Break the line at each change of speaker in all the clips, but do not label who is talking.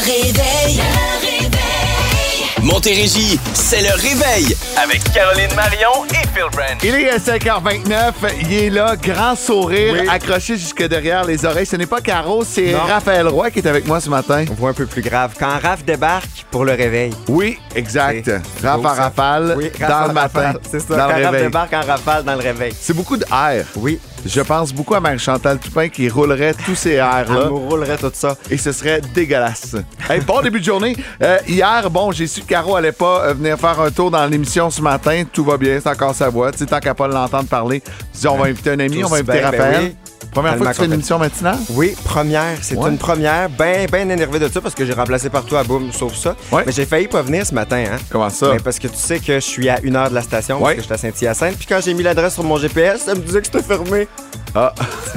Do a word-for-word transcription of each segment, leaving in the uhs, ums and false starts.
réveil. Le réveil.
Montérégie, c'est le réveil avec Caroline Marion et Phil Branch.
Il est cinq heures vingt-neuf, il est là, grand sourire,
oui.
accroché jusque derrière les oreilles. Ce n'est pas Caro, c'est
non.
Raphaël Roy qui est avec moi ce matin.
On voit un peu plus grave. Quand Raph débarque pour le réveil.
Oui, exact.
C'est
Raph
beau,
en
ça.
rafale,
Oui,
dans
Raph
le
en
matin,
rafale, c'est ça.
dans
Quand
le
Raph
réveil.
débarque en rafale dans le réveil.
C'est beaucoup de air.
Oui.
Je pense beaucoup à Marie-Chantal Toupin qui roulerait tous ces airs-là.
Elle nous roulerait tout ça.
Et ce serait dégueulasse. Hey, bon début de journée. Euh, hier, bon, j'ai su que Caro allait pas euh, venir faire un tour dans l'émission ce matin. Tout va bien, c'est encore sa voix. Tu sais, tant qu'à pas l'entendre parler, je dis, on va inviter un ami,
Tout
on va
aussi
inviter
bien, ben
Raphaël.
oui.
Première
Elle
fois que tu fais une émission matinale?
Oui, première. C'est
Ouais.
une première. Ben, ben énervé de ça parce que j'ai remplacé partout à boum, sauf ça.
Ouais.
Mais j'ai failli pas venir ce matin, hein.
Comment ça?
Ben, parce que tu sais que je suis à une heure de la station,
Ouais.
parce que je suis à Saint-Hyacinthe. Puis quand j'ai mis l'adresse sur mon G P S, ça me disait que c'était fermé.
Ah.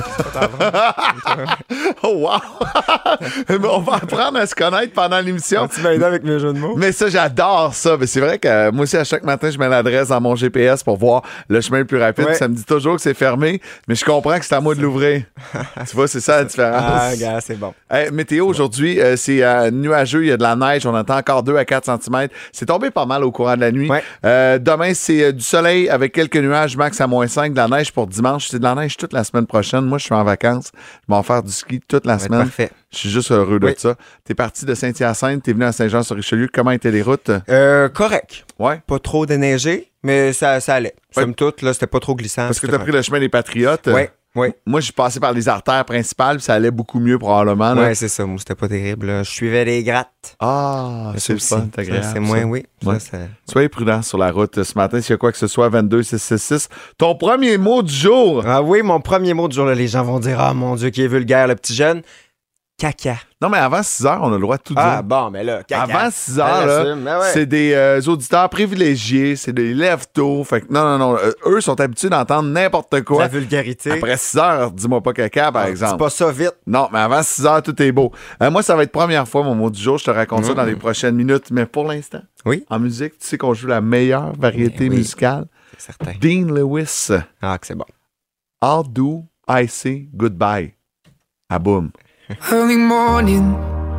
Oh, wow! Mais on va apprendre à se connaître pendant l'émission.
Tu m'as aidé avec mes jeux de mots?
Mais ça, j'adore ça. Mais c'est vrai que euh, moi aussi, à chaque matin, je mets l'adresse dans mon G P S pour voir le chemin le plus rapide.
Ouais.
Ça me dit toujours que c'est fermé, mais je comprends que c'est à moi de l'ouvrir. Tu vois, c'est ça la différence.
Ah, gars, c'est bon.
Hey, météo aujourd'hui, euh, c'est euh, nuageux, il y a de la neige, on attend encore deux à quatre centimètres. C'est tombé pas mal au courant de la nuit.
Ouais.
Euh, demain, c'est euh, du soleil avec quelques nuages, max à moins cinq, de la neige pour dimanche. C'est de la neige toute la semaine prochaine. Moi, je suis en vacances. Je vais en faire du ski toute la
Ça va être
semaine.
parfait.
Je suis juste heureux de
Oui.
ça. T'es parti de Saint-Hyacinthe, t'es venu à Saint-Jean-sur-Richelieu. Comment étaient les routes?
Euh, correct.
Ouais.
Pas trop déneigé, mais ça, ça allait.
Ouais.
Somme toute, là, c'était pas trop glissant.
Parce que
c'était
t'as pris le chemin des Patriotes.
Oui, oui.
Moi, j'ai passé par les artères principales, puis ça allait beaucoup mieux probablement. là.
Ouais, c'est ça. Moi, c'était pas terrible. là. Je suivais les grattes.
Ah,
Ça
c'est le
aussi.
fun, c'est
Ça,
agréable.
C'est moins,
ça.
oui. Ça,
Ouais.
ça-
Soyez prudents sur la route ce matin. S'il y a quoi que ce soit, vingt-deux six cent soixante-six. Ton premier mot du jour.
Ah oui, mon premier mot du jour, là, les gens vont dire « Ah, mon Dieu, qui est vulgaire, le petit jeune. » Caca.
Non, mais avant six heures, on a le droit de tout dire.
Ah, bon, mais là, caca.
Avant six heures,
Elle
là,
assume, mais ouais.
c'est des euh, auditeurs privilégiés, c'est des lève-tôt. Fait que non, non, non. euh, eux sont habitués d'entendre n'importe quoi.
La vulgarité.
Après six heures, dis-moi pas caca, par
Ah,
exemple.
Dis pas ça vite.
Non, mais avant six heures, tout est beau. Euh, moi, ça va être première fois, mon mot du jour. Je te raconte ça dans les prochaines minutes. Mais pour l'instant,
Oui.
en musique, tu sais qu'on joue la meilleure variété
Ben oui.
musicale.
C'est certain.
Dean Lewis.
Ah, que c'est bon.
How do I say goodbye? Ah, boum.
Early morning,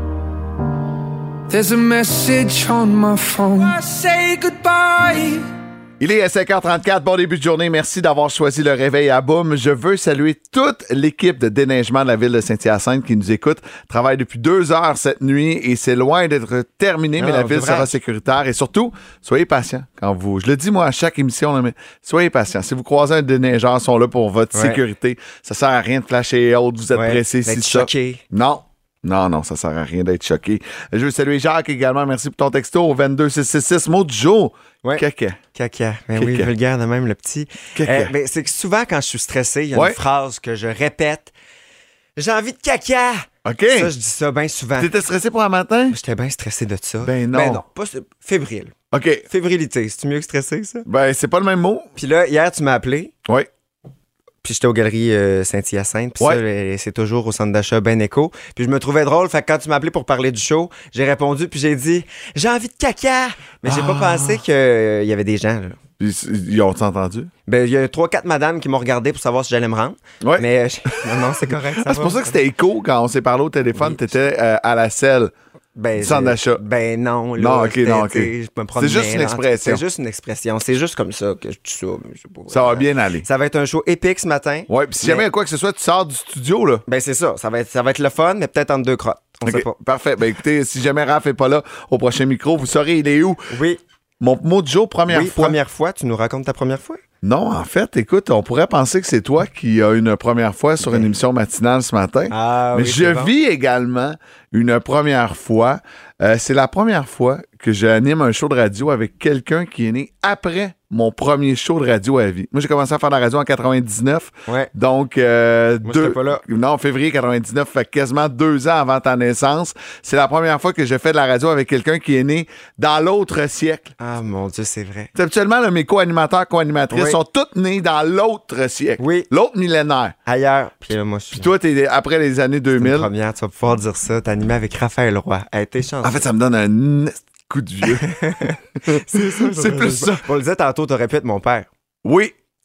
there's a message on my phone. I say goodbye.
Il est à cinq heures trente-quatre, bon début de journée. Merci d'avoir choisi le réveil à boum. Je veux saluer toute l'équipe de déneigement de la ville de Saint-Hyacinthe qui nous écoute. Travaille depuis deux heures cette nuit et c'est loin d'être terminé, mais
Ah,
la ville
c'est vrai.
sera sécuritaire. Et surtout, soyez patients quand vous... Je le dis moi à chaque émission, là, mais soyez patients. Si vous croisez un déneigeur, ils sont là pour votre
Ouais.
sécurité. Ça sert à rien de flasher et autres. Vous êtes
Ouais,
pressés,
d'être
si ça.
choqué.
Non. Non, non, ça sert à rien d'être choqué. Je veux saluer Jacques également. Merci pour ton texto au vingt-deux six cent soixante-six. Mot du jour.
Ouais.
Caca.
Caca. Mais
Caca.
oui, vulgaire de même, le petit.
Caca.
Euh, mais c'est que souvent, quand je suis stressé, il y a
Ouais.
une phrase que je répète. J'ai envie de caca.
OK.
Ça, je dis ça bien souvent.
T'étais stressé pour un matin?
J'étais bien stressé de ça.
Ben non.
Ben non, pas s- fébrile.
OK.
Fébrilité, c'est-tu mieux que stressé, ça?
Ben, c'est pas le même mot.
Puis là, hier, tu m'as appelé.
Oui.
Puis j'étais aux galeries euh, Saint-Hyacinthe. Puis
Ouais.
ça, euh, c'est toujours au centre d'achat Ben Éco. Puis je me trouvais drôle. Fait que quand tu m'as appelé pour parler du show, j'ai répondu. Puis j'ai dit « J'ai envie de caca! » Mais j'ai
Ah.
pas pensé qu'il y avait des gens, là.
Ils, ils ont entendu?
Ben, il y a trois, quatre madames qui m'ont regardé pour savoir si j'allais me rendre.
Ouais.
Mais euh, non, non, c'est correct.
Ah, c'est pour ça que c'était écho quand on s'est parlé au téléphone.
Oui.
T'étais euh, à la selle.
Ben,
Centre
je-
d'achat.
Ben non, là.
Non, ok,
c'était,
non, ok.
tu sais, je me promenais,
C'est juste une
là,
expression.
C'est juste une expression. C'est juste comme ça que je dis ça. mais je sais pas
Ça va
vraiment.
bien aller.
Ça va être un show épique ce matin.
Ouais, puis si
Mais-
jamais il y a quoi que ce soit, tu sors du studio, là.
Ben c'est ça. Ça va être, ça va être le fun, mais peut-être entre deux crottes. On
OK,
sait pas.
parfait. Ben écoutez, si jamais Raph est pas là au prochain micro, vous saurez il est où.
Oui.
Mon mot du jour, première
oui,
fois.
première fois. Tu nous racontes ta première fois?
Non, en fait, écoute, on pourrait penser que c'est toi qui as une première fois sur une émission matinale ce matin.
Ah
Mais
oui,
je
c'est bon.
vis également une première fois. Euh, c'est la première fois que j'anime un show de radio avec quelqu'un qui est né après mon premier show de radio à vie. Moi, j'ai commencé à faire de la radio en quatre-vingt-dix-neuf.
Ouais.
Donc, euh,
Moi,
deux,
j'étais pas là.
non, février quatre-vingt-dix-neuf, fait quasiment deux ans avant ta naissance. C'est la première fois que je fais de la radio avec quelqu'un qui est né dans l'autre siècle.
Ah mon Dieu, c'est vrai.
C'est habituellement, là, mes co-animateurs, co-animatrices
Oui.
sont toutes nées dans l'autre siècle.
Oui.
L'autre millénaire.
Ailleurs. Puis là, moi, je suis.
Puis toi, t'es après les années deux
une
mille.
première, tu vas pouvoir dire ça. T'as animé avec Raphaël Roy. Elle était chanceux.
En fait, ça me donne un coup de vieux.
c'est ça.
c'est plus ça.
On le disait tantôt, t'aurais pu être mon père.
Oui.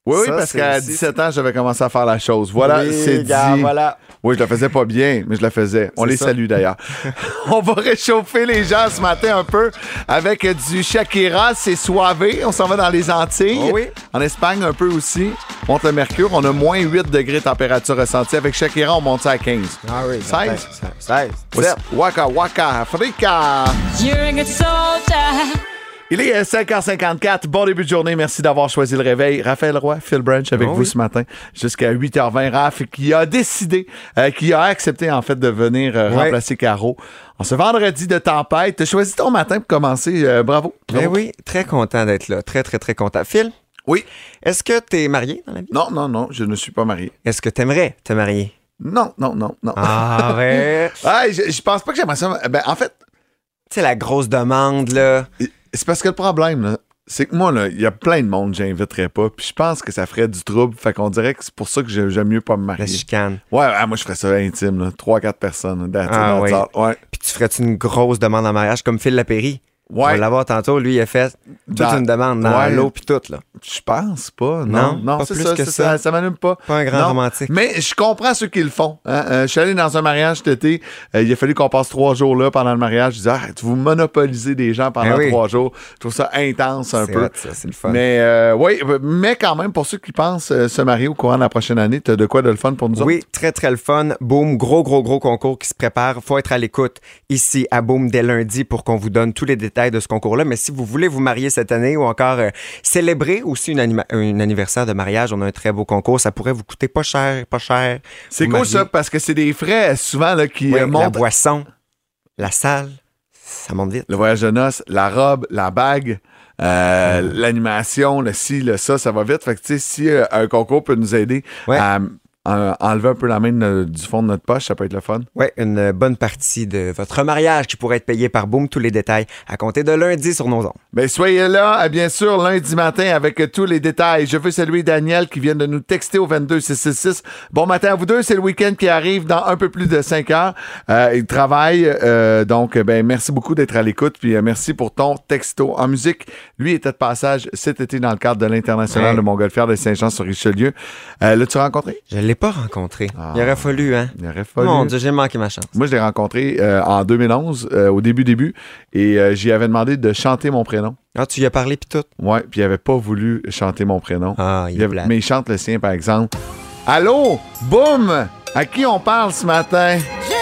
Oui, oui,
Ça,
parce
c'est
qu'à
aussi-
dix-sept ans, j'avais commencé à faire la chose. Voilà,
Oui,
c'est
gars,
dit.
voilà.
Oui, je le faisais pas bien, mais je le faisais. On
C'est
les
ça.
salue d'ailleurs. On va réchauffer les gens ce matin un peu avec du Shakira, c'est soivé. On s'en va dans les Antilles.
Oh oui.
En Espagne un peu aussi. Monte le mercure. On a moins huit degrés de température ressentie. Avec Shakira, on monte ça à quinze.
Ah oui,
seize.
seize.
Oui, Waka Waka Africa.
You're a good soldier.
Il est cinq heures cinquante-quatre. Bon début de journée. Merci d'avoir choisi le réveil. Raphaël Roy, Phil Branch avec
Oh
vous
oui.
ce matin jusqu'à huit heures vingt. Raph qui a décidé, euh, qui a accepté en fait de venir euh,
Ouais.
remplacer Caro en ce vendredi de tempête. Tu as choisi ton matin pour commencer. Euh, bravo.
Ben
Bravo.
oui, très content d'être là. Très, très, très content. Phil,
Oui.
est-ce que t'es marié dans la vie?
Non, non, non. Je ne suis pas marié.
Est-ce que t'aimerais te marier?
Non, non, non, non.
Ah ouais.
Ah, je, je pense pas que j'aimerais ça. Ben, en fait,
Tu sais, la grosse demande, là.
c'est parce que le problème, là, c'est que moi, là, il y a plein de monde que j'inviterais pas. Puis je pense que ça ferait du trouble. Fait qu'on dirait que c'est pour ça que j'ai- j'aime mieux pas me
La
marier.
chicane.
Ouais, ah, moi, je ferais ça intime, là. Trois, quatre personnes. That's it,
Ah,
that's
oui.
all. Ouais.
Puis tu ferais-tu une grosse demande en mariage comme Phil Lapéry? On va
Ouais.
l'avoir tantôt. Lui, il a fait toute
Dans-
une demande dans
Ouais.
l'eau puis tout, là.
Je pense pas. Non,
Non,
non,
pas
c'est
plus
ça,
que
c'est
ça.
ça. Ça m'allume pas.
Pas un grand
Non.
romantique.
Mais je comprends ceux qui le font. hein. Euh, je suis allé dans un mariage cet été. Euh, il a fallu qu'on passe trois jours là pendant le mariage. Je disais, ah, vous monopolisez des gens pendant
Ben oui.
trois jours. Je trouve ça intense un
C'est
peu.
hot, ça, c'est le fun.
Mais euh, oui, mais quand même, pour ceux qui pensent euh, se marier au courant de la prochaine année, t'as de quoi de le fun pour nous
Oui,
autres?
très, très le fun. Boom, gros, gros, gros concours qui se prépare. Faut être à l'écoute ici à Boom dès lundi pour qu'on vous donne tous les détails de ce concours-là. Mais si vous voulez vous marier cette année ou encore euh, célébrer aussi une anima- un anniversaire de mariage, on a un très beau concours. Ça pourrait vous coûter pas cher, pas cher.
C'est
Vous
cool
marier.
ça, parce que c'est des frais euh, souvent là, qui
Oui,
euh,
la
montent.
boisson, la salle, ça monte vite.
Le voyage de noces, la robe, la bague, euh, l'animation, le ci, le ça, ça va vite. Fait que, tu sais, si euh, un concours peut nous aider
Ouais.
à, à enlever un peu la main de- du fond de notre poche, ça peut être le fun.
Oui, une bonne partie de votre mariage qui pourrait être payé par Boom. Tous les détails à compter de lundi sur nos ondes.
Ben, soyez là, euh, bien sûr, lundi matin avec euh, tous les détails. Je veux saluer Daniel qui vient de nous texter au vingt-deux six cent soixante-six. Bon matin à vous deux, c'est le week-end qui arrive dans un peu plus de cinq heures. Euh, il travaille, euh, donc, ben, merci beaucoup d'être à l'écoute, puis euh, merci pour ton texto en musique. Lui était de passage cet été dans le cadre de l'International
Ouais.
de Montgolfière de Saint-Jean-sur-Richelieu. Euh, L'as-tu rencontré?
Je ne l'ai pas rencontré.
Ah.
Il aurait fallu, hein?
Il aurait fallu.
Mon Dieu, j'ai manqué ma chance.
Moi, je l'ai rencontré euh, en deux mille onze, euh, au début, début, et euh, j'y avais demandé de chanter mon prénom.
Ah, tu y as parlé puis tout?
Ouais, puis il avait pas voulu chanter mon prénom.
Ah, il
Il
est
avait-
plate.
mais il chante le sien, par exemple. Allô? Boum! À qui on parle ce matin?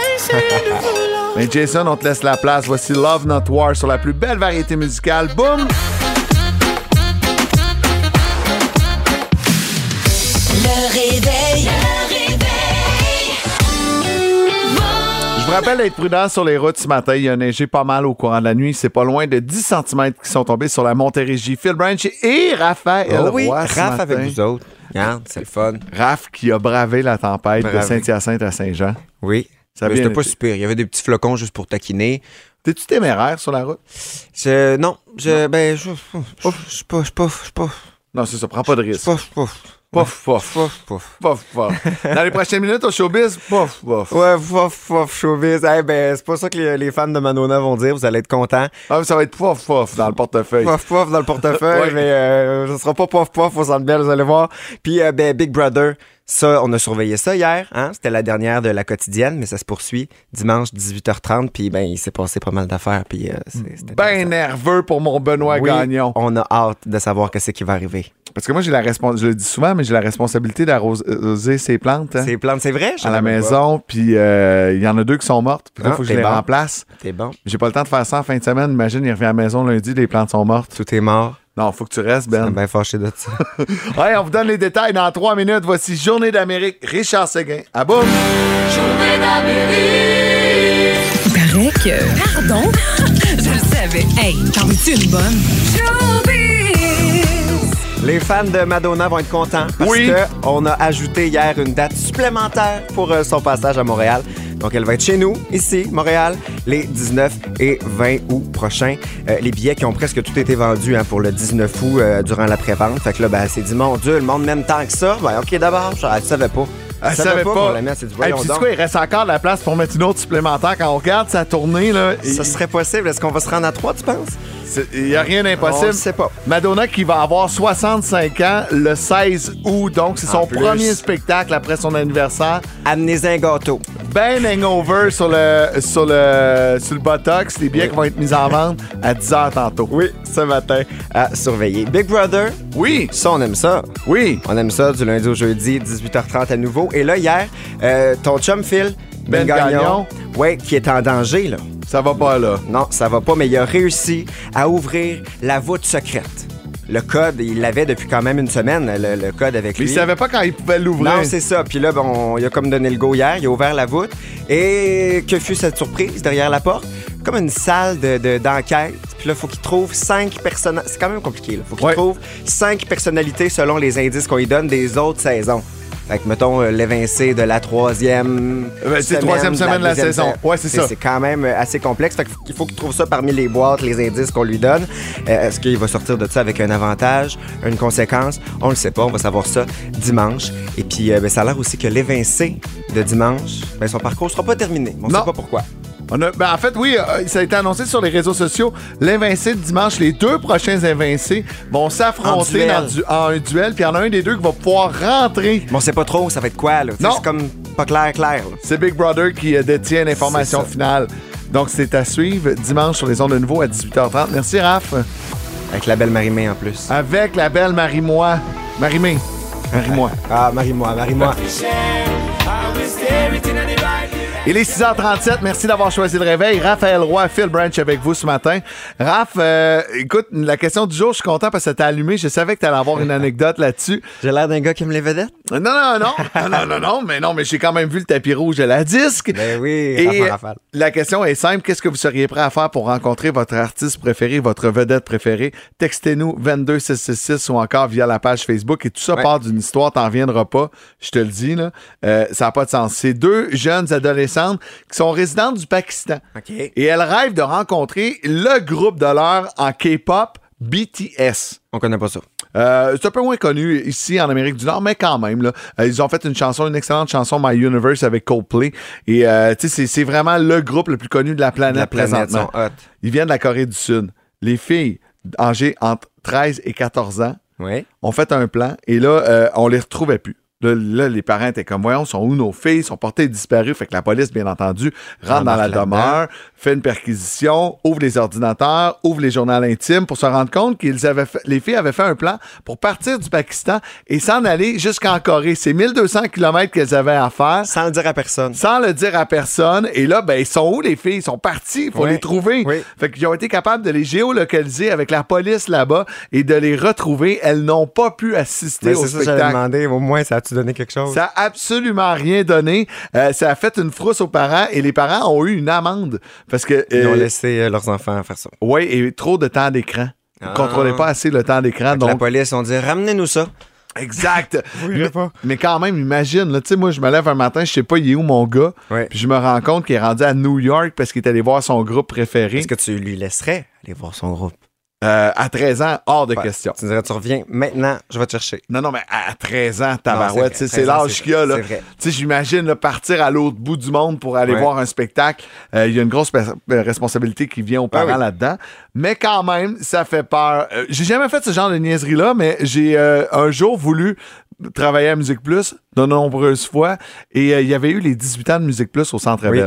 Mais Jason, on te laisse la place. Voici Love Not War sur la plus belle variété musicale. Boum!
Le réveil. Le réveil.
Je vous rappelle d'être prudent sur les routes ce matin. Il a neigé pas mal au courant de la nuit. C'est pas loin de dix centimètres qui sont tombés sur la Montérégie. Phil Branch et Raphaël
Oh oui,
Roy ce
Raph
matin.
avec vous autres. Regarde, c'est le fun.
Raph qui a bravé la tempête de
Bravé.
Saint-Hyacinthe à Saint-Jean.
Oui.
Ça a
Mais
bien
c'était pas
été.
super. Il y avait des petits flocons juste pour taquiner.
T'es-tu téméraire sur la route?
Je, non, je, ben, je, je, je, je suis pas, je suis pas, je suis pas,
Non, c'est ça. Prends pas de
je suis
risque.
pas, je suis pas,
Pouf, pouf.
pouf, pouf.
Pouf, pouf. Dans les prochaines minutes au showbiz, pouf, pouf.
Ouais, pouf, pouf, showbiz. Eh ben, c'est pas ça que les, les fans de Manona vont dire. Vous allez être contents.
Ah, mais ça va être pouf, pouf dans le portefeuille.
Pouf, pouf dans le portefeuille,
Ouais.
mais euh, ce sera pas pouf, pouf au Centre Bell, vous allez voir. Puis, euh, ben, Big Brother, ça, on a surveillé ça hier. Hein? C'était la dernière de la quotidienne, mais ça se poursuit dimanche dix-huit heures trente. Puis, ben, il s'est passé pas mal d'affaires. Puis, euh, c'est- c'était
Ben
intéressant.
nerveux pour mon Benoît
Oui,
Gagnon.
on a hâte de savoir qu'est-ce qui va arriver.
Parce que moi, j'ai la responsabilité, je le dis souvent, mais j'ai la responsabilité d'arroser ses plantes hein,
Ces plantes, c'est vrai? Je
à la
savais même
maison. Puis euh, il y en a deux qui sont mortes. Puis là, il
Ah,
faut que je
t'es
les
bon.
remplace.
pas. T'es bon.
J'ai pas le temps de faire ça en fin de semaine. Imagine, il revient à la maison lundi, les plantes sont mortes.
Tout est mort.
Non, faut que tu restes,
Je suis
Ben.
bien fâché de ça.
Ouais, on vous donne les détails dans trois minutes. Voici Journée d'Amérique, Richard Séguin. À boum!
Journée d'Amérique.
Il paraît que... Pardon? Je le savais. Hey, t'en veux-tu une bonne?
Les fans de Madonna vont être contents parce
Oui.
que on a ajouté hier une date supplémentaire pour euh, son passage à Montréal. Donc, elle va être chez nous, ici, Montréal, les dix-neuf et vingt août prochains. Euh, les billets qui ont presque tout été vendus hein, pour le dix-neuf août euh, durant la pré-vente. Fait que là, ben, elle s'est dit, mon Dieu, le monde m'aime tant que ça. Ben, OK, d'abord, elle ne savait pas.
Elle savait pas.
qu'on l'aimait, elle s'est dit,
Hey,
voyons
puis, tu sais
donc.
quoi, il reste encore de la place pour mettre une autre supplémentaire. Quand on regarde sa tournée, là,
Ça
il-
serait possible. Est-ce qu'on va se rendre à trois, tu penses?
Il n'y a rien
On
d'impossible.
le sait pas.
Madonna qui va avoir soixante-cinq ans le seize août, donc c'est son
En plus.
premier spectacle après son anniversaire.
Amenez un gâteau.
Ben hangover sur le, sur le, sur le Botox. Les billets
Oui.
qui vont être mis en vente à dix heures tantôt.
Oui, ce matin, à surveiller. Big Brother,
Oui,
ça, on aime ça.
oui.
On aime ça du lundi au jeudi, dix-huit heures trente à nouveau. Et là, hier, euh, ton chum Phil,
Ben Gagnon.
ouais, qui est en danger, là.
Ça va pas là.
Non, ça va pas, mais il a réussi à ouvrir la voûte secrète. Le code, il l'avait depuis quand même une semaine, le, le code avec
Mais
lui.
il savait pas quand il pouvait l'ouvrir.
Non, c'est ça. Puis là, bon, il a comme donné le go hier, il a ouvert la voûte. Et que fut cette surprise derrière la porte? Comme une salle de, de- d'enquête. Puis là, il faut qu'il trouve cinq personnes. C'est quand même compliqué, là. Faut qu'il
Ouais.
trouve cinq personnalités selon les indices qu'on lui donne des autres saisons. Fait que, mettons, euh, l'évincé de la troisième
Ben, c'est troisième semaine de la
deuxième
saison.
sa-
Ouais, c'est ça.
C'est quand même euh, assez complexe. Fait qu'il faut qu'il trouve ça parmi les boîtes, les indices qu'on lui donne. Euh, est-ce qu'il va sortir de ça avec un avantage, une conséquence? On le sait pas. On va savoir ça dimanche. Et puis, euh, ben, ça a l'air aussi que l'évincé de dimanche, ben, son parcours sera pas terminé. On
Non.
sait pas pourquoi.
On a- ben, en fait, oui, euh, ça a été annoncé sur les réseaux sociaux. L'invincé de dimanche, les deux prochains invincés vont
En
s'affronter
duel.
dans du- en un duel, puis il y en a un des deux qui va pouvoir rentrer.
Mais on sait pas trop, ça va être quoi, là? Tu sais,
Non.
C'est comme pas clair, clair. là.
C'est Big Brother qui euh, détient l'information
C'est ça.
finale. Donc, c'est à suivre dimanche sur les ondes de nouveau à dix-huit heures trente. Merci, Raph.
Avec la belle Marie-Mé en plus.
Avec la belle Marie-Moi. Marie-Mé. Marie-Moi.
Ah, Marie-moi, Marie-moi.
Il est six heures trente-sept. Merci d'avoir choisi le réveil. Raphaël Roy, Phil Branch avec vous ce matin. Raph, euh, écoute, la question du jour, je suis content parce que t'as allumé. Je savais que t'allais avoir une anecdote là-dessus.
J'ai l'air d'un gars qui aime les vedettes?
Non, non, non. Non, non, non, non. Mais non, mais j'ai quand même vu le tapis rouge de la disque.
Ben oui,
Et
Raphaël, Raphaël.
la question est simple. Qu'est-ce que vous seriez prêt à faire pour rencontrer votre artiste préféré, votre vedette préférée? Textez-nous vingt-deux six six six ou encore via la page Facebook. Et tout ça
Ouais.
part d'une histoire, t'en reviendras pas. Je te le dis, là. Euh, ça n'a pas de sens. C'est deux jeunes adolescentes qui sont résidentes du Pakistan.
OK.
Et elles rêvent de rencontrer le groupe de l'heure en K-pop, B T S.
On connaît pas ça.
Euh, c'est un peu moins connu ici en Amérique du Nord, mais quand même. Là, Euh, ils ont fait une chanson, une excellente chanson, My Universe, avec Coldplay. Et euh, tu sais, c'est, c'est vraiment le groupe le plus connu de la planète,
La planète
présentement.
sont hot.
Ils viennent de la Corée du Sud. Les filles âgées entre treize et quatorze ans
Oui.
ont fait un plan et là, euh, on les retrouvait plus. Là, là, les parents étaient comme, voyons, sont où nos filles? Ils sont portées disparues. Fait que la police, bien entendu, rentre dans la
Embarque là-dedans.
demeure, fait une perquisition, ouvre les ordinateurs, ouvre les journaux intimes pour se rendre compte qu'ils avaient fait, les filles avaient fait un plan pour partir du Pakistan et s'en aller jusqu'en Corée. C'est mille deux cents kilomètres qu'elles avaient à faire.
Sans le dire à personne.
Sans le dire à personne. Et là, ben, ils sont où les filles? Ils sont partis. Il faut
Oui.
les trouver.
Oui.
Fait qu'ils ont été capables de les géolocaliser avec la police là-bas et de les retrouver. Elles n'ont pas pu assister
Mais
au
c'est ça que j'allais
spectacle.
demander. Au moins, ça a-tu donné quelque chose?
Ça a absolument rien donné. Euh, ça a fait une frousse aux parents et les parents ont eu une amende parce que
Ils ont
euh,
laissé euh, leurs enfants faire ça.
ouais, et trop de temps d'écran. Ils
Ah.
contrôlaient pas assez le temps d'écran.
Fait que La
Donc
police, on dit ramenez-nous ça.
exact.
Oui,
mais,
pas.
mais quand même, imagine, là, tu sais, moi, je me lève un matin, je sais pas, il est où mon gars,
Ouais.
puis je me rends compte qu'il est rendu à New York parce qu'il est allé voir son groupe préféré.
Est-ce que tu lui laisserais aller voir son groupe?
Euh, à treize ans, hors de
Ouais.
question.
Tu dirais, tu reviens maintenant, je vais te chercher.
Non, non, mais à treize ans,
Non,
tabarouette,
c'est
tu sais,
vrai,
c'est
treize ans,
l'âge
c'est
qu'il y a, là.
vrai, c'est vrai.
Tu sais, j'imagine là, partir à l'autre bout du monde pour aller
Ouais.
voir un spectacle. Euh, Il y a une grosse pe- euh, responsabilité qui vient aux parents
Ah oui.
là-dedans. Mais quand même, ça fait peur. Euh, j'ai jamais fait ce genre de niaiserie-là, mais j'ai euh, un jour voulu travailler à Musique Plus de nombreuses fois. Et euh, il y avait eu les dix-huit ans de Musique Plus au Centre
Oui.
Bell.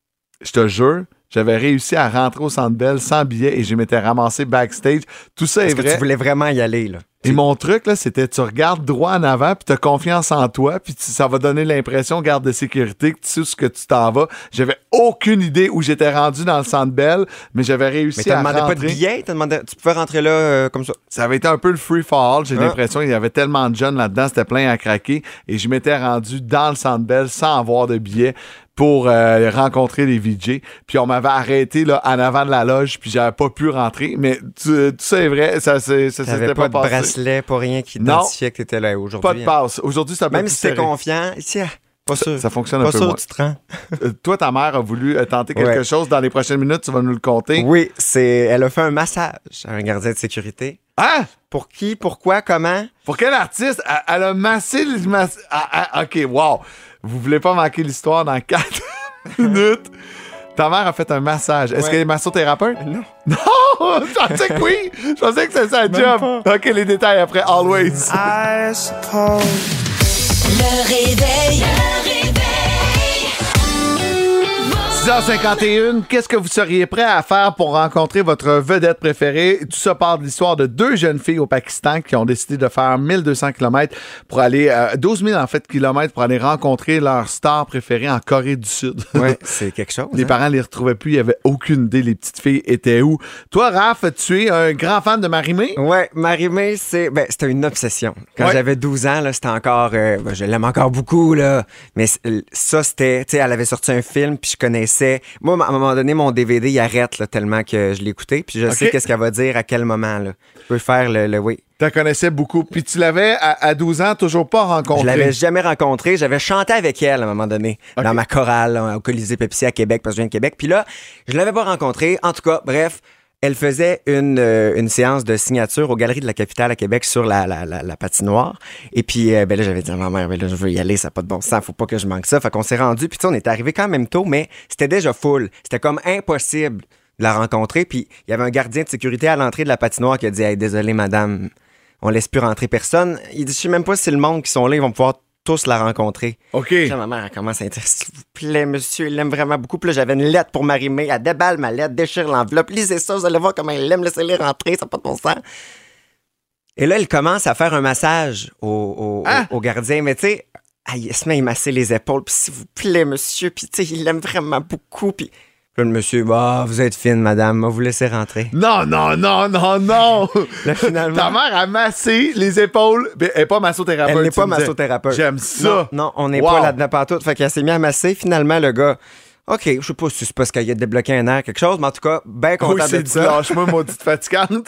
Je te jure, j'avais réussi à rentrer au Centre Bell sans billet et je m'étais ramassé backstage. Tout ça
Est-ce
est
que
vrai.
tu voulais vraiment y aller, là?
Et mon truc, là, c'était tu regardes droit en avant, puis tu as confiance en toi, puis tu- ça va donner l'impression, garde de sécurité, que tu sais où ce que tu t'en vas. J'avais aucune idée où j'étais rendu dans le Centre Bell, mais j'avais réussi
Mais t'as
à
demandé
rentrer.
pas de billets? T'as demandé... Tu pouvais rentrer là euh, comme ça?
Ça avait été un peu le free for all. J'ai
Ah.
l'impression qu'il y avait tellement de jeunes là-dedans, c'était plein à craquer. Et je m'étais rendu dans le Centre Bell sans avoir de billets pour euh, rencontrer les V J. Puis on m'avait arrêté là, en avant de la loge, puis j'avais pas pu rentrer. Mais tu- tout ça est vrai, ça, c'est- ça
T'avais
s'était
pas,
pas,
de
passé.
bracelet, pas rien qui
Non.
identifiait que t'étais là aujourd'hui.
Pas de
hein.
passe. Aujourd'hui, ça
Même si t'es confiant, tiens, pas sûr.
Ça fonctionne un
pas
peu
sûr
moins.
tu te rends.
Euh, toi, ta mère a voulu euh, tenter quelque
Ouais.
chose dans les prochaines minutes, tu vas nous le compter.
Oui, c'est... Elle a fait un massage à un gardien de sécurité.
Hein?
Pour qui, pourquoi, comment?
Pour quel artiste? Elle, elle a massé le... mass- ah, ah, OK, wow. Vous voulez pas manquer l'histoire dans quatre minutes? Ta mère a fait un massage. Est-ce
Ouais.
qu'elle est massothérapeute?
Non.
Non! Je pensais que oui! Je pensais que c'était sa job! OK, les détails après Always.
I suppose.
Le réveil. Le réveil.
six heures cinquante et un, qu'est-ce que vous seriez prêt à faire pour rencontrer votre vedette préférée? Tout ça part de l'histoire de deux jeunes filles au Pakistan qui ont décidé de faire mille deux cents kilomètres pour aller, euh, douze mille en fait kilomètres pour aller rencontrer leur star préférée en Corée du Sud.
Ouais, c'est quelque chose.
Les
hein?
parents les retrouvaient plus, il n'y avait aucune idée les petites filles étaient où. Toi, Raph, tu es un grand fan de Marie-Mé?
Ouais, Marie-Mé, c'est, ben, c'était une obsession. Quand
Ouais.
j'avais douze ans, là, c'était encore, euh, ben, je l'aime encore beaucoup, là. Mais c- ça, c'était, tu sais, elle avait sorti un film, puis je connaissais. Moi, à un moment donné, mon D V D, il arrête, là, tellement que je l'écoutais, puis je
Ok.
sais qu'est-ce qu'elle va dire à quel moment, là. Je peux faire le, le oui.
Tu la connaissais beaucoup. Puis tu l'avais, à, à douze ans, toujours pas rencontré.
Je l'avais jamais rencontrée. J'avais chanté avec elle à un moment donné,
Ok.
dans ma chorale, là, au Colisée Pepsi à Québec, parce que je viens de Québec. Puis là, je l'avais pas rencontrée. En tout cas, bref, elle faisait une, euh, une séance de signature aux Galeries de la Capitale à Québec sur la, la, la, la patinoire. Et puis, euh, ben là, j'avais dit à ma mère, ben là, je veux y aller, ça n'a pas de bon sens, faut pas que je manque ça. Fait qu'on s'est rendu. Puis tu sais, on était arrivé quand même tôt, mais c'était déjà full. C'était comme impossible de la rencontrer. Puis il y avait un gardien de sécurité à l'entrée de la patinoire qui a dit, hey, désolé, madame, on laisse plus rentrer personne. Il dit, je sais même pas si le monde qui sont là, ils vont pouvoir tous la rencontrer.
OK.
Là, ma mère elle commence à dire, s'il vous plaît, monsieur, il l'aime vraiment beaucoup. Puis là, j'avais une lettre pour Marie-Mé. Elle déballe ma lettre, déchire l'enveloppe, lisez ça, vous allez voir comment elle l'aime, laissez-les rentrer, ça n'a pas de bon sens. Et là, elle commence à faire un massage au, au,
Hein?
au, au gardien. Mais tu sais, ah, il se met à y masser les épaules. Puis s'il vous plaît, monsieur, puis tu sais, il l'aime vraiment beaucoup. Puis là, le monsieur, bah, vous êtes fine, madame, moi, vous laissez rentrer.
Non, non, non, non, non!
Là, finalement,
Ta mère a massé les épaules. Mais elle n'est pas massothérapeute.
elle n'est
tu
pas
me disais.
massothérapeute.
J'aime ça.
Non, non, on n'est
Wow.
pas là-dedans partout. Fait qu'elle s'est mis à masser. Finalement, le gars, OK, je sais pas si c'est parce qu'il a débloqué un air, quelque chose, mais en tout cas, bien content
Oui, c'est
de
du
ça.
lâche-moi, maudite fatigante.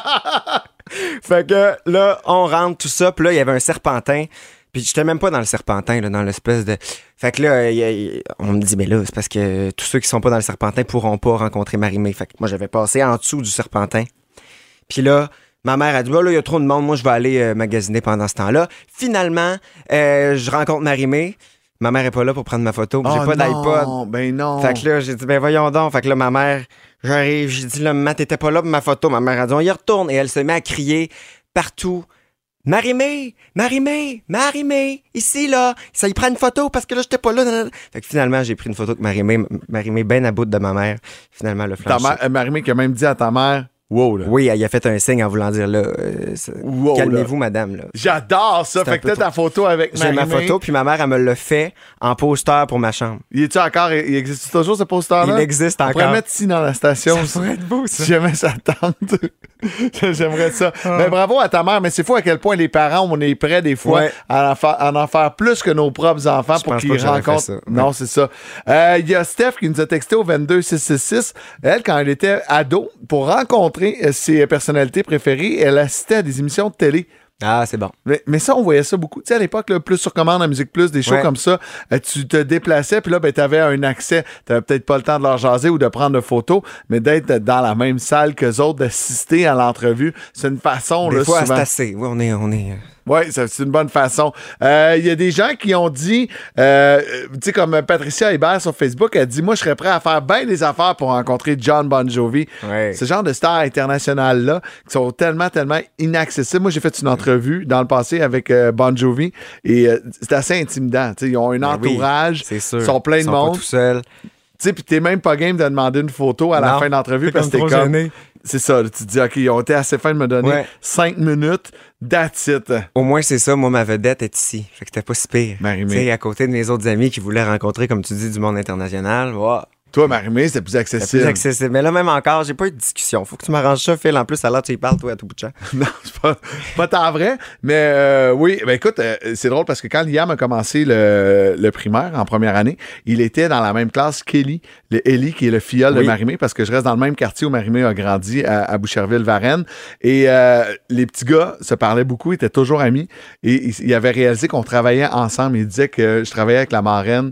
Fait que là, on rentre tout ça, puis là, il y avait un serpentin. Puis j'étais même pas dans le serpentin, là, dans l'espèce de... Fait que là, y a- y a- on me dit, mais là, c'est parce que tous ceux qui sont pas dans le serpentin pourront pas rencontrer Marie-Mé. Fait que moi, j'avais passé en dessous du serpentin. Puis là, ma mère a dit, bah, là, il y a trop de monde, moi, je vais aller euh, magasiner pendant ce temps-là. Finalement, euh, je rencontre Marie-Mé. Ma mère est pas là pour prendre ma photo. J'ai
Oh
pas d'iPod.
non, ben non.
Fait que là, j'ai dit, ben voyons donc. Fait que là, ma mère, j'arrive, j'ai dit, là, maman, t'étais pas là pour ma photo. Ma mère a dit, on y retourne. Et elle se met à crier partout. Marie-Mé, Marie-Mé, Marie-Mé, ici, là, ça y prend une photo parce que là, j'étais pas là. Nanana. Fait que finalement, j'ai pris une photo de Marie-Mé, Marie-Mé ben à bout de ma mère. Finalement, le
Ta
flancher.
mère, euh, Marie-Mé qui a même dit à ta mère, wow, là.
Oui, elle y a fait un signe en voulant dire, là, euh, ça-
Wow,
calmez-vous, madame, là.
J'adore ça.
C'est
Fait
un
que
peu
t'as ta photo avec
J'ai
Marie-Mé.
ma photo, puis ma mère, elle me l'a fait en poster pour ma chambre.
Il est-tu encore, il existe toujours ce poster-là?
Il existe
On
encore.
pourrait mettre ici dans la station.
Ça pourrait être beau, ça.
Si jamais ça tente. J'aimerais ça. Mais bravo à ta mère, mais c'est fou à quel point les parents, on est prêts des fois
Ouais.
à, en faire, à en faire plus que nos propres enfants
Je
pour
pense
qu'ils
pas que j'aurais
rencontrent.
fait ça.
Non, c'est ça. Euh, Il y a Steph qui nous a texté au vingt-deux six cent soixante-six. Elle, quand elle était ado, pour rencontrer euh, ses personnalités préférées, elle assistait à des émissions de télé.
Ah, c'est bon.
Mais, mais ça, on voyait ça beaucoup. Tu sais, à l'époque, là, plus sur commande à Musique Plus, des shows
Ouais.
comme ça, euh, tu te déplaçais, puis là, ben, tu avais un accès. Tu n'avais peut-être pas le temps de leur jaser ou de prendre de photos, mais d'être dans la même salle qu'eux autres, d'assister à l'entrevue. C'est une façon,
Des
là,
fois,
souvent.
c'est assez. Oui, on est... On est...
Oui, c'est une bonne façon. Il euh, y a des gens qui ont dit, euh, tu sais, comme Patricia Hébert sur Facebook, elle dit, moi, je serais prêt à faire bien des affaires pour rencontrer John Bon Jovi.
Ouais.
Ce genre de stars internationales-là, qui sont tellement, tellement inaccessibles. Moi, j'ai fait une entrevue dans le passé avec euh, Bon Jovi, et euh, c'est assez intimidant. Tu sais, ils ont un
Ben oui,
entourage,
c'est sûr.
ils sont pleins
Ils
de
sont
monde.
pas tout seuls.
Tu sais, puis t'es même pas game de demander une photo à la
Non,
fin de l'entrevue
t'es
parce que
comme
t'es
trop
comme...
gêné.
C'est ça, là, tu te dis, OK, ils ont été assez fins de me donner
Ouais.
cinq minutes, that's it.
Au moins, c'est ça. Moi, ma vedette est ici. Fait que c'était pas si pire.
Marie-Mé.
Tu sais, à côté de mes autres amis qui voulaient rencontrer, comme tu dis, du monde international. Wow.
Toi, Marie-Mé, c'est plus
C'est
accessible.
plus accessible. Mais là, même encore, j'ai pas eu de discussion. Faut que tu m'arranges ça, Phil. En plus, alors, tu y parles, toi, à tout bout de champ.
Non, c'est pas, pas tant vrai. Mais euh, oui, ben écoute, euh, c'est drôle parce que quand Liam a commencé le, le primaire en première année, il était dans la même classe qu'Ellie, le Ellie qui est le filleul de
Oui.
Marie-Mé, parce que je reste dans le même quartier où Marie-Mé a grandi, à, à Boucherville-Varennes. Et euh, les petits gars se parlaient beaucoup, étaient toujours amis. Et il, il avait réalisé qu'on travaillait ensemble. Il disait que je travaillais avec la marraine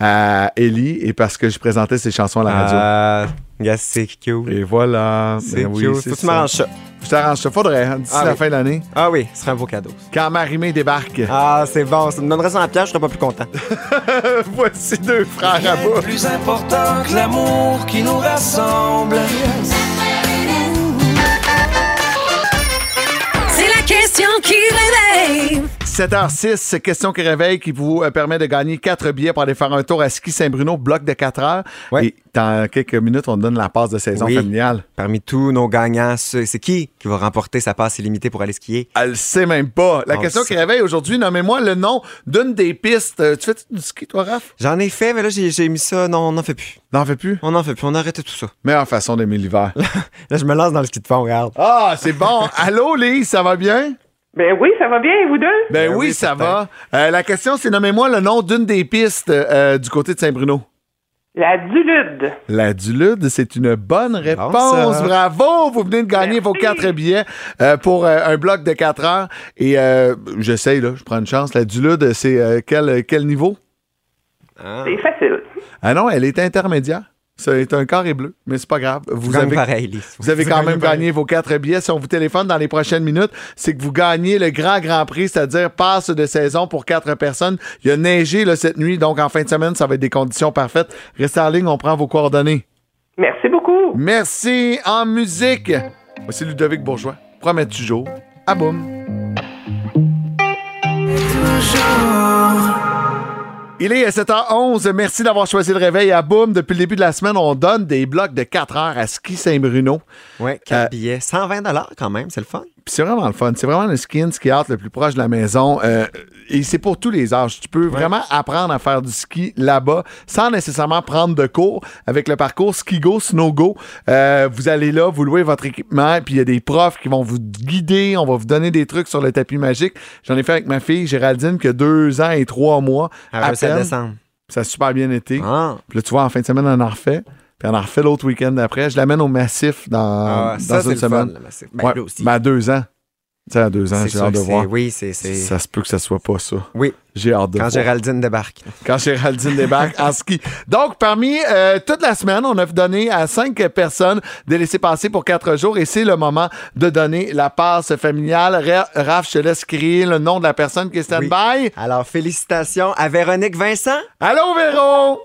à Ellie et parce que je présentais ses chansons à la radio.
Ah, gars, c'est cute.
Et voilà.
C'est
Ben oui,
cute.
c'est
Faut que tu
ça.
m'arranges ça.
Je t'arrange ça. Faudrait, hein, d'ici
Ah
la
oui.
fin de l'année.
Ah oui, ce serait un beau cadeau.
Quand Marie-Mé débarque.
Ah, c'est bon. Ça me donnerait cent piastres, je serais pas plus content.
Voici deux frères à bout.
Plus important que l'amour qui nous rassemble.
sept heures six, question qui réveille qui vous euh, permet de gagner quatre billets pour aller faire un tour à Ski Saint-Bruno, bloc de quatre heures.
Ouais.
Et dans quelques minutes, on donne la passe de saison
Oui.
familiale.
Parmi tous nos gagnants, c'est c'est qui qui va remporter sa passe illimitée pour aller skier?
Elle le sait même pas. La
On
question
le
qui
sait.
réveille aujourd'hui, nommez-moi le nom d'une des pistes. Euh, Tu fais du ski, toi, Raph?
J'en ai fait, mais là, j'ai j'ai mis ça. Non, on n'en fait plus.
N'en fais plus?
On n'en fait plus. On a arrêté tout ça.
Meilleure façon d'aimer l'hiver.
Là, je me lance dans le ski de fond, regarde.
Ah, c'est bon. Allô, Lise, ça va bien?
Ben oui, ça va bien, et vous deux?
Ben,
Ben
oui,
oui,
ça
certain.
va. Euh, la question, c'est nommez-moi le nom d'une des pistes euh, du côté de Saint-Bruno.
La Dulude.
La Dulude, c'est une bonne réponse.
ça.
Bravo! Vous venez de gagner vos quatre billets euh, pour euh, un bloc de quatre heures. Et euh, j'essaye, là, je prends une chance. La Dulude, c'est euh, quel, quel niveau?
Ah.
C'est facile.
Ah non, elle est intermédiaire. C'est un carré bleu, mais c'est pas grave. Vous
Gagne
avez,
pareil, Lise.
vous avez quand même gagné vos quatre billets. Si on vous téléphone dans les prochaines minutes, c'est que vous gagnez le grand grand prix, c'est-à-dire passe de saison pour quatre personnes. Il a neigé là, cette nuit, donc en fin de semaine, ça va être des conditions parfaites. Restez en ligne, on prend vos coordonnées.
Merci beaucoup.
Merci. En musique, voici Ludovic Bourgeois. Promets-tu jour? Ah boum. Il est sept heures onze. Merci d'avoir choisi le réveil à Boum. Depuis le début de la semaine, on donne des blocs de quatre heures à Ski Saint-Bruno.
Ouais, quatre
Euh,
billets. cent vingt dollars quand même, c'est le fun.
Puis c'est vraiment le fun. C'est vraiment le ski in, ski out le plus proche de la maison. Euh, et c'est pour tous les âges. Tu peux vraiment apprendre à faire du ski là-bas sans nécessairement prendre de cours. Avec le parcours Ski Go, Snow Go, euh, vous allez là, vous louez votre équipement, puis il y a des profs qui vont vous guider. On va vous donner des trucs sur le tapis magique. J'en ai fait avec ma fille Géraldine qui a deux ans et trois mois.
À
à
réussir à
peine.
descendre.
Ça a super bien été.
Ah.
Puis là, tu vois, en fin de semaine, on en refait. Puis on en refait l'autre week-end d'après. Je l'amène au Massif dans,
Ah,
dans
ça, c'est
une
le
semaine.
fun, le Massif. Ben,
Ouais,
là aussi.
mais à deux ans. Tu sais, à deux ans,
C'est
j'ai
sûr
hâte de
que c'est-
voir.
Oui, c'est... c'est-
Ça se peut que ça soit pas ça.
Oui,
J'ai hâte de
quand
voir.
Géraldine débarque.
Quand Géraldine débarque en ski. Donc, parmi euh, toute la semaine, on a donné à cinq personnes de laisser passer pour quatre jours et c'est le moment de donner la passe familiale. Ra- Raph, je te laisse crier le nom de la personne qui est stand-by.
Alors, félicitations à Véronique Vincent.
Allô, Véro!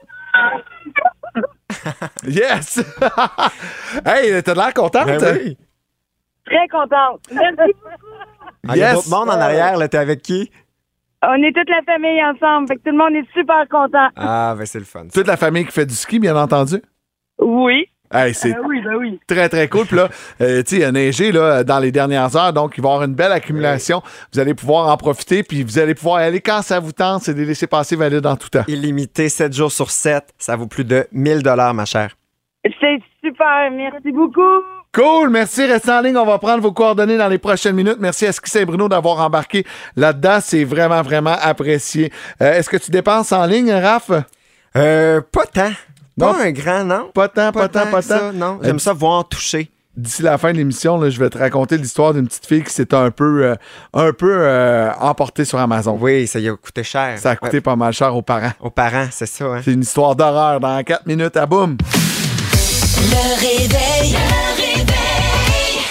Yes! Hey, t'as l'air contente?
Ben oui.
Très contente. Merci.
Ah, il y a
Yes.
d'autres monde en arrière, là, t'es avec qui?
On est toute la famille ensemble, fait que tout le monde est super content.
Ah, ben c'est le fun. ça.
Toute la famille qui fait du ski, bien entendu?
Oui.
Hey, c'est
Ben oui, ben oui.
très, très cool. Puis là, euh, tu sais, il a neigé là, dans les dernières heures, donc il va y avoir une belle accumulation. Vous allez pouvoir en profiter, puis vous allez pouvoir y aller quand ça vous tente. C'est des laissez-passer valides en tout temps.
Illimité, sept jours sur sept, ça vaut plus de mille dollars, ma chère.
C'est super, merci beaucoup.
Cool, merci. Restez en ligne. On va prendre vos coordonnées dans les prochaines minutes. Merci à Ski Saint-Bruno d'avoir embarqué là-dedans. C'est vraiment, vraiment apprécié. Euh, est-ce que tu dépenses en ligne, Raph?
Euh, pas tant.
Non.
Pas un grand, non.
Pas tant, pas, tant, pas
que
tant.
ça, non.
Euh,
J'aime ça voir toucher.
D'ici la fin de l'émission, là, je vais te raconter l'histoire d'une petite fille qui s'est un peu, euh, un peu euh, emportée sur Amazon.
Oui, ça y a coûté cher.
Ça a coûté
Ouais,
pas mal cher aux parents.
aux parents, c'est ça, hein.
C'est une histoire d'horreur dans quatre minutes à boum.
Le réveil. Le réveil.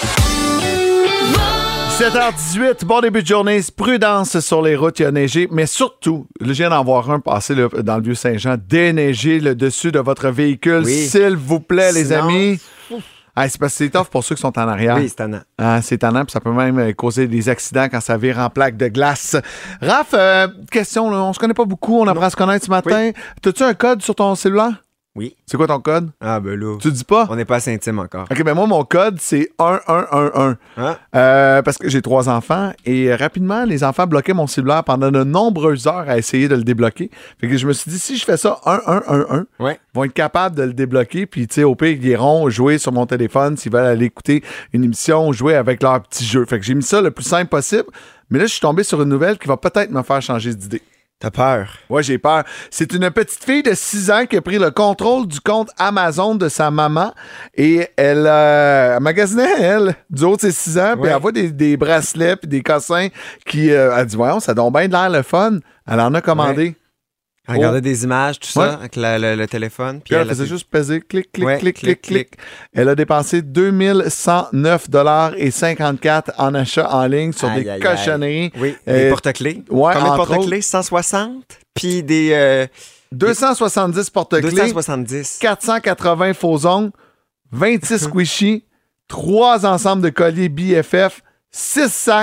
sept heures dix-huit, bon début de journée. Prudence sur les routes, il y a neigé, mais surtout, là, je viens d'en voir un passer là, dans le Vieux-Saint-Jean, déneiger le dessus de votre véhicule,
Oui.
s'il vous plaît, les
Sinon-
amis. Ah, c'est parce que c'est tough pour ceux qui sont en arrière.
Oui, c'est tannant.
Ah, c'est tannant, puis ça peut même euh, causer des accidents quand ça vire en plaque de glace. Raph, euh, question, là, on se connaît pas beaucoup, on apprend à se connaître ce matin. T'as-tu un code sur ton cellulaire?
Oui.
C'est quoi ton code?
Ah, ben là.
Tu dis pas?
On n'est pas assez intime encore.
OK, ben moi, mon code, c'est un un un un.
Hein?
Euh, parce que j'ai trois enfants et rapidement, les enfants bloquaient mon cellulaire pendant de nombreuses heures à essayer de le débloquer. Fait que je me suis dit, si je fais ça un un un un,
Ouais.
ils vont être capables de le débloquer. Puis, tu sais, au pire, ils iront jouer sur mon téléphone s'ils veulent aller écouter une émission ou jouer avec leur petit jeu. Fait que j'ai mis ça le plus simple possible. Mais là, je suis tombé sur une nouvelle qui va peut-être me faire changer d'idée.
T'as peur?
Ouais, j'ai peur. C'est une petite fille de six ans qui a pris le contrôle du compte Amazon de sa maman et elle, euh, elle magasinait, elle, du haut de ses six ans, puis
Ouais.
elle voit des, des bracelets puis des cossins qui... Euh, elle dit, voyons, ça donne bien de l'air le fun. Elle en a commandé.
Elle regardait des images, tout ça,
Ouais.
avec la- le, le téléphone.
Puis elle
a
faisait
fait-
juste peser, clic, clic,
Ouais,
clic, clic,
clic,
clic. Elle a dépensé deux mille cent neuf dollars et cinquante-quatre en achats en ligne sur
Aïe,
des
aïe, aïe.
cochonneries.
Oui,
Euh,
des porte-clés.
ouais,
Combien de
entre
porte-clés? cent soixante? Puis des... euh,
deux cent soixante-dix porte-clés.
deux cent soixante-dix.
quatre cent quatre-vingts faux ongles, vingt-six squishies, trois ensembles de colliers B F F, six sacs,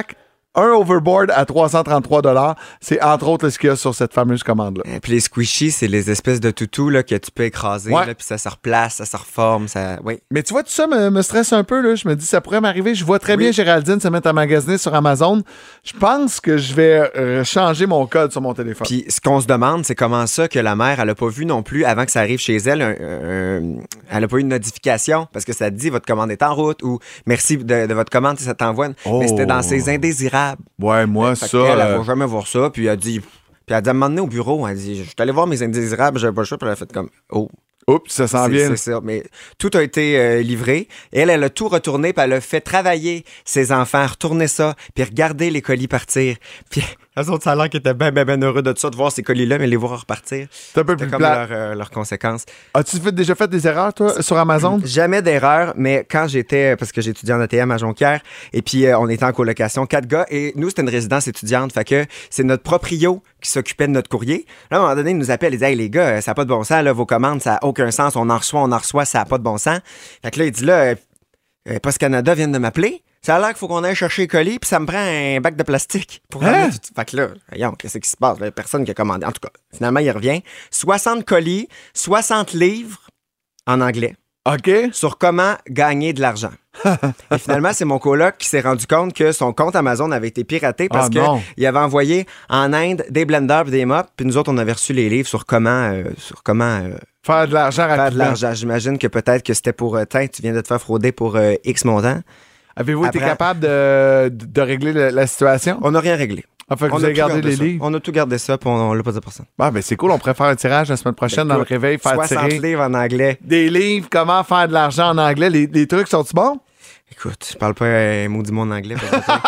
Un overboard à trois cent trente-trois dollars. C'est entre autres ce qu'il y a sur cette fameuse commande-là.
Et puis les squishies, c'est les espèces de toutous là, que tu peux écraser,
Ouais.
là, puis ça se replace, ça se reforme. Ça... Oui.
Mais tu vois, tout ça me, me stresse un peu. Là. Je me dis, ça pourrait m'arriver. Je vois très
Oui.
bien Géraldine se mettre à magasiner sur Amazon. Je pense que je vais euh, changer mon code sur mon téléphone.
Puis ce qu'on se demande, c'est comment ça que la mère, elle a pas vu non plus, avant que ça arrive chez elle, un- un- elle a pas eu une notification, parce que ça te dit, votre commande est en route, ou merci de, de votre commande, ça t'envoie. une-
Oh.
Mais c'était dans ses indésirables.
Ouais, moi,
Fait
ça.
qu'elle, elle
euh,
va jamais voir ça, puis elle dit... Puis elle a dit, à un moment donné au bureau, elle dit, je suis allé voir mes indésirables, j'avais pas le choix, puis elle a fait comme, oh...
Oups, ça s'en
C'est-
vient.
C'est ça. Mais tout a été euh, livré. Et elle, elle a tout retourné, puis elle a fait travailler ses enfants, retourner ça, puis regarder les colis partir. Puis eux autres, ça a l'air qu'ils étaient bien, bien, bien heureux de ça, de voir ces colis-là, mais les voir repartir.
C'est un peu
C'était
plus
comme
plat.
leur, euh, leur conséquence.
As-tu fait- déjà fait des erreurs, toi, sur Amazon?
Jamais d'erreur, mais quand j'étais, parce que j'étudiais en A T M à Jonquière, et puis euh, on était en colocation, quatre gars, et nous, c'était une résidence étudiante, fait que c'est notre proprio qui s'occupait de notre courrier. Là, à un moment donné, il nous appelle, il dit, hey, les gars, ça n'a pas de bon sens, là, vos commandes, ça n'a aucun sens, on en reçoit, on en reçoit, ça n'a pas de bon sens. Fait que là, il dit, là, euh, euh, Post Canada vient de m'appeler. Ça a l'air qu'il faut qu'on aille chercher les colis, puis ça me prend un bac de plastique pour
Hein?
ramener tout. Fait que là, voyons, qu'est-ce qui se passe? Là, personne qui a commandé. En tout cas, finalement, il revient. soixante colis, soixante livres en anglais
OK.
sur comment gagner de l'argent. Et finalement, c'est mon coloc qui s'est rendu compte que son compte Amazon avait été piraté parce
Ah, non.
qu'il avait envoyé en Inde des blenders et des mops, puis nous autres, on avait reçu les livres sur comment, euh, sur comment euh,
Faire de l'argent
faire de
rapidement.
l'argent. J'imagine que peut-être que c'était pour... Euh, tiens, tu viens de te faire frauder pour euh, X montant.
Avez-vous été
Après-
capable de, de, de régler la, la situation?
On n'a rien réglé.
Ah, fait que
On
vous
a
avez
tout
gardé les
ça.
livres?
On a tout gardé ça, puis on, on l'a pas dit à personne.
Ah, ben c'est cool. On pourrait faire un tirage la semaine prochaine dans le
Écoute,
réveil, faire
soixante
tirer
livres en anglais.
des livres, comment faire de l'argent en anglais. Les, les trucs sont-ils bons?
Écoute, je parle pas un maudit mot en anglais. peut-être.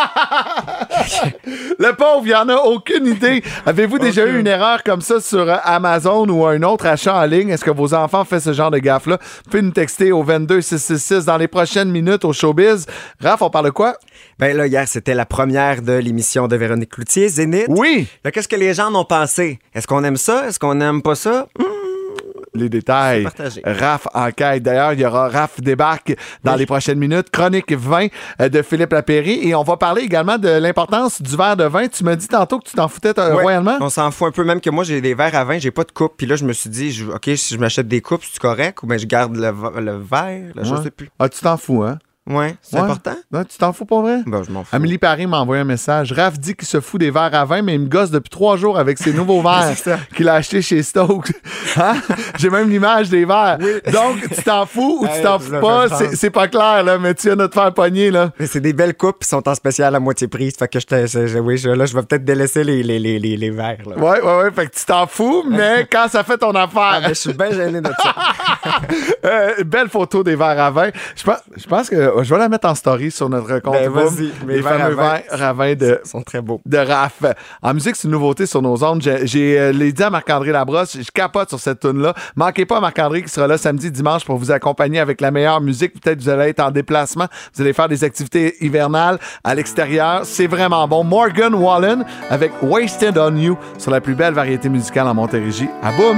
Le pauvre, il en a aucune idée. Avez-vous déjà eu une erreur comme ça sur euh, Amazon ou un autre achat en ligne? Est-ce que vos enfants font ce genre de gaffe-là? Vous pouvez nous texter au vingt-deux six cent soixante-six dans les prochaines minutes au Showbiz. Raph, on parle de quoi?
Ben là, hier, c'était la première de l'émission de Véronique Cloutier, Zénith.
Oui!
Là, qu'est-ce que les gens en ont pensé? Est-ce qu'on aime ça? Est-ce qu'on n'aime pas ça? Hum,
Les détails.
C'est partagé.
Raph enquête. D'ailleurs, il y aura Raph débarque dans les prochaines minutes. Chronique vin euh, de Philippe Lapéry. Et on va parler également de l'importance du verre de vin. Tu m'as dit tantôt que tu t'en foutais euh,
ouais,
royalement?
On s'en fout un peu, même que moi, j'ai des verres à vin, j'ai pas de coupe. Puis là, je me suis dit, je- OK, si je m'achète des coupes, c'est correct? Ou bien je garde le, v- le verre? Là, je
Ouais.
sais plus.
Ah, tu t'en fous, hein?
Ouais, c'est
Ouais.
important?
Non, tu t'en fous pour vrai?
Ben, je m'en fous.
Amélie Paris m'a envoyé un message. Raph dit qu'il se fout des verres à vin, mais il me gosse depuis trois jours avec ses nouveaux verres
C'est ça.
qu'il a achetés chez Stokes. Hein? J'ai même l'image des verres. Donc, tu t'en fous ou tu
Hey,
t'en
je
fous
le
pas?
pense.
C'est, c'est pas clair, là, mais tu viens de te faire pogner, là.
Mais c'est des belles coupes, ils sont en spécial à moitié prix. Fait que je, te- je- je- oui, je- là, je vais peut-être délaisser les, les, les, les, les verres. Là.
Ouais, ouais, ouais. Fait que tu t'en fous, mais quand ça fait ton
Ah,
affaire.
ben, je suis bien gêné de ça.
Euh, belle photo des verres à vin. Je pense, je pense que euh, je vais la mettre en story sur notre compte.
Ben,
Boom.
vas-y. Mes
Les
verres à
fameux
vin.
verres à vin de,
Ils sont très beaux.
de Raph. En musique, c'est une nouveauté sur nos ondes. J'ai, j'ai euh, l'ai dit à Marc-André Labrosse, je capote sur cette tune-là. Manquez pas Marc-André qui sera là samedi, dimanche pour vous accompagner avec la meilleure musique. Peut-être que vous allez être en déplacement. Vous allez faire des activités hivernales à l'extérieur. C'est vraiment bon. Morgan Wallen avec Wasted on You sur la plus belle variété musicale en Montérégie. À boum!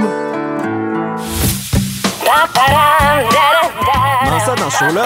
Dans ça, dans ce show-là.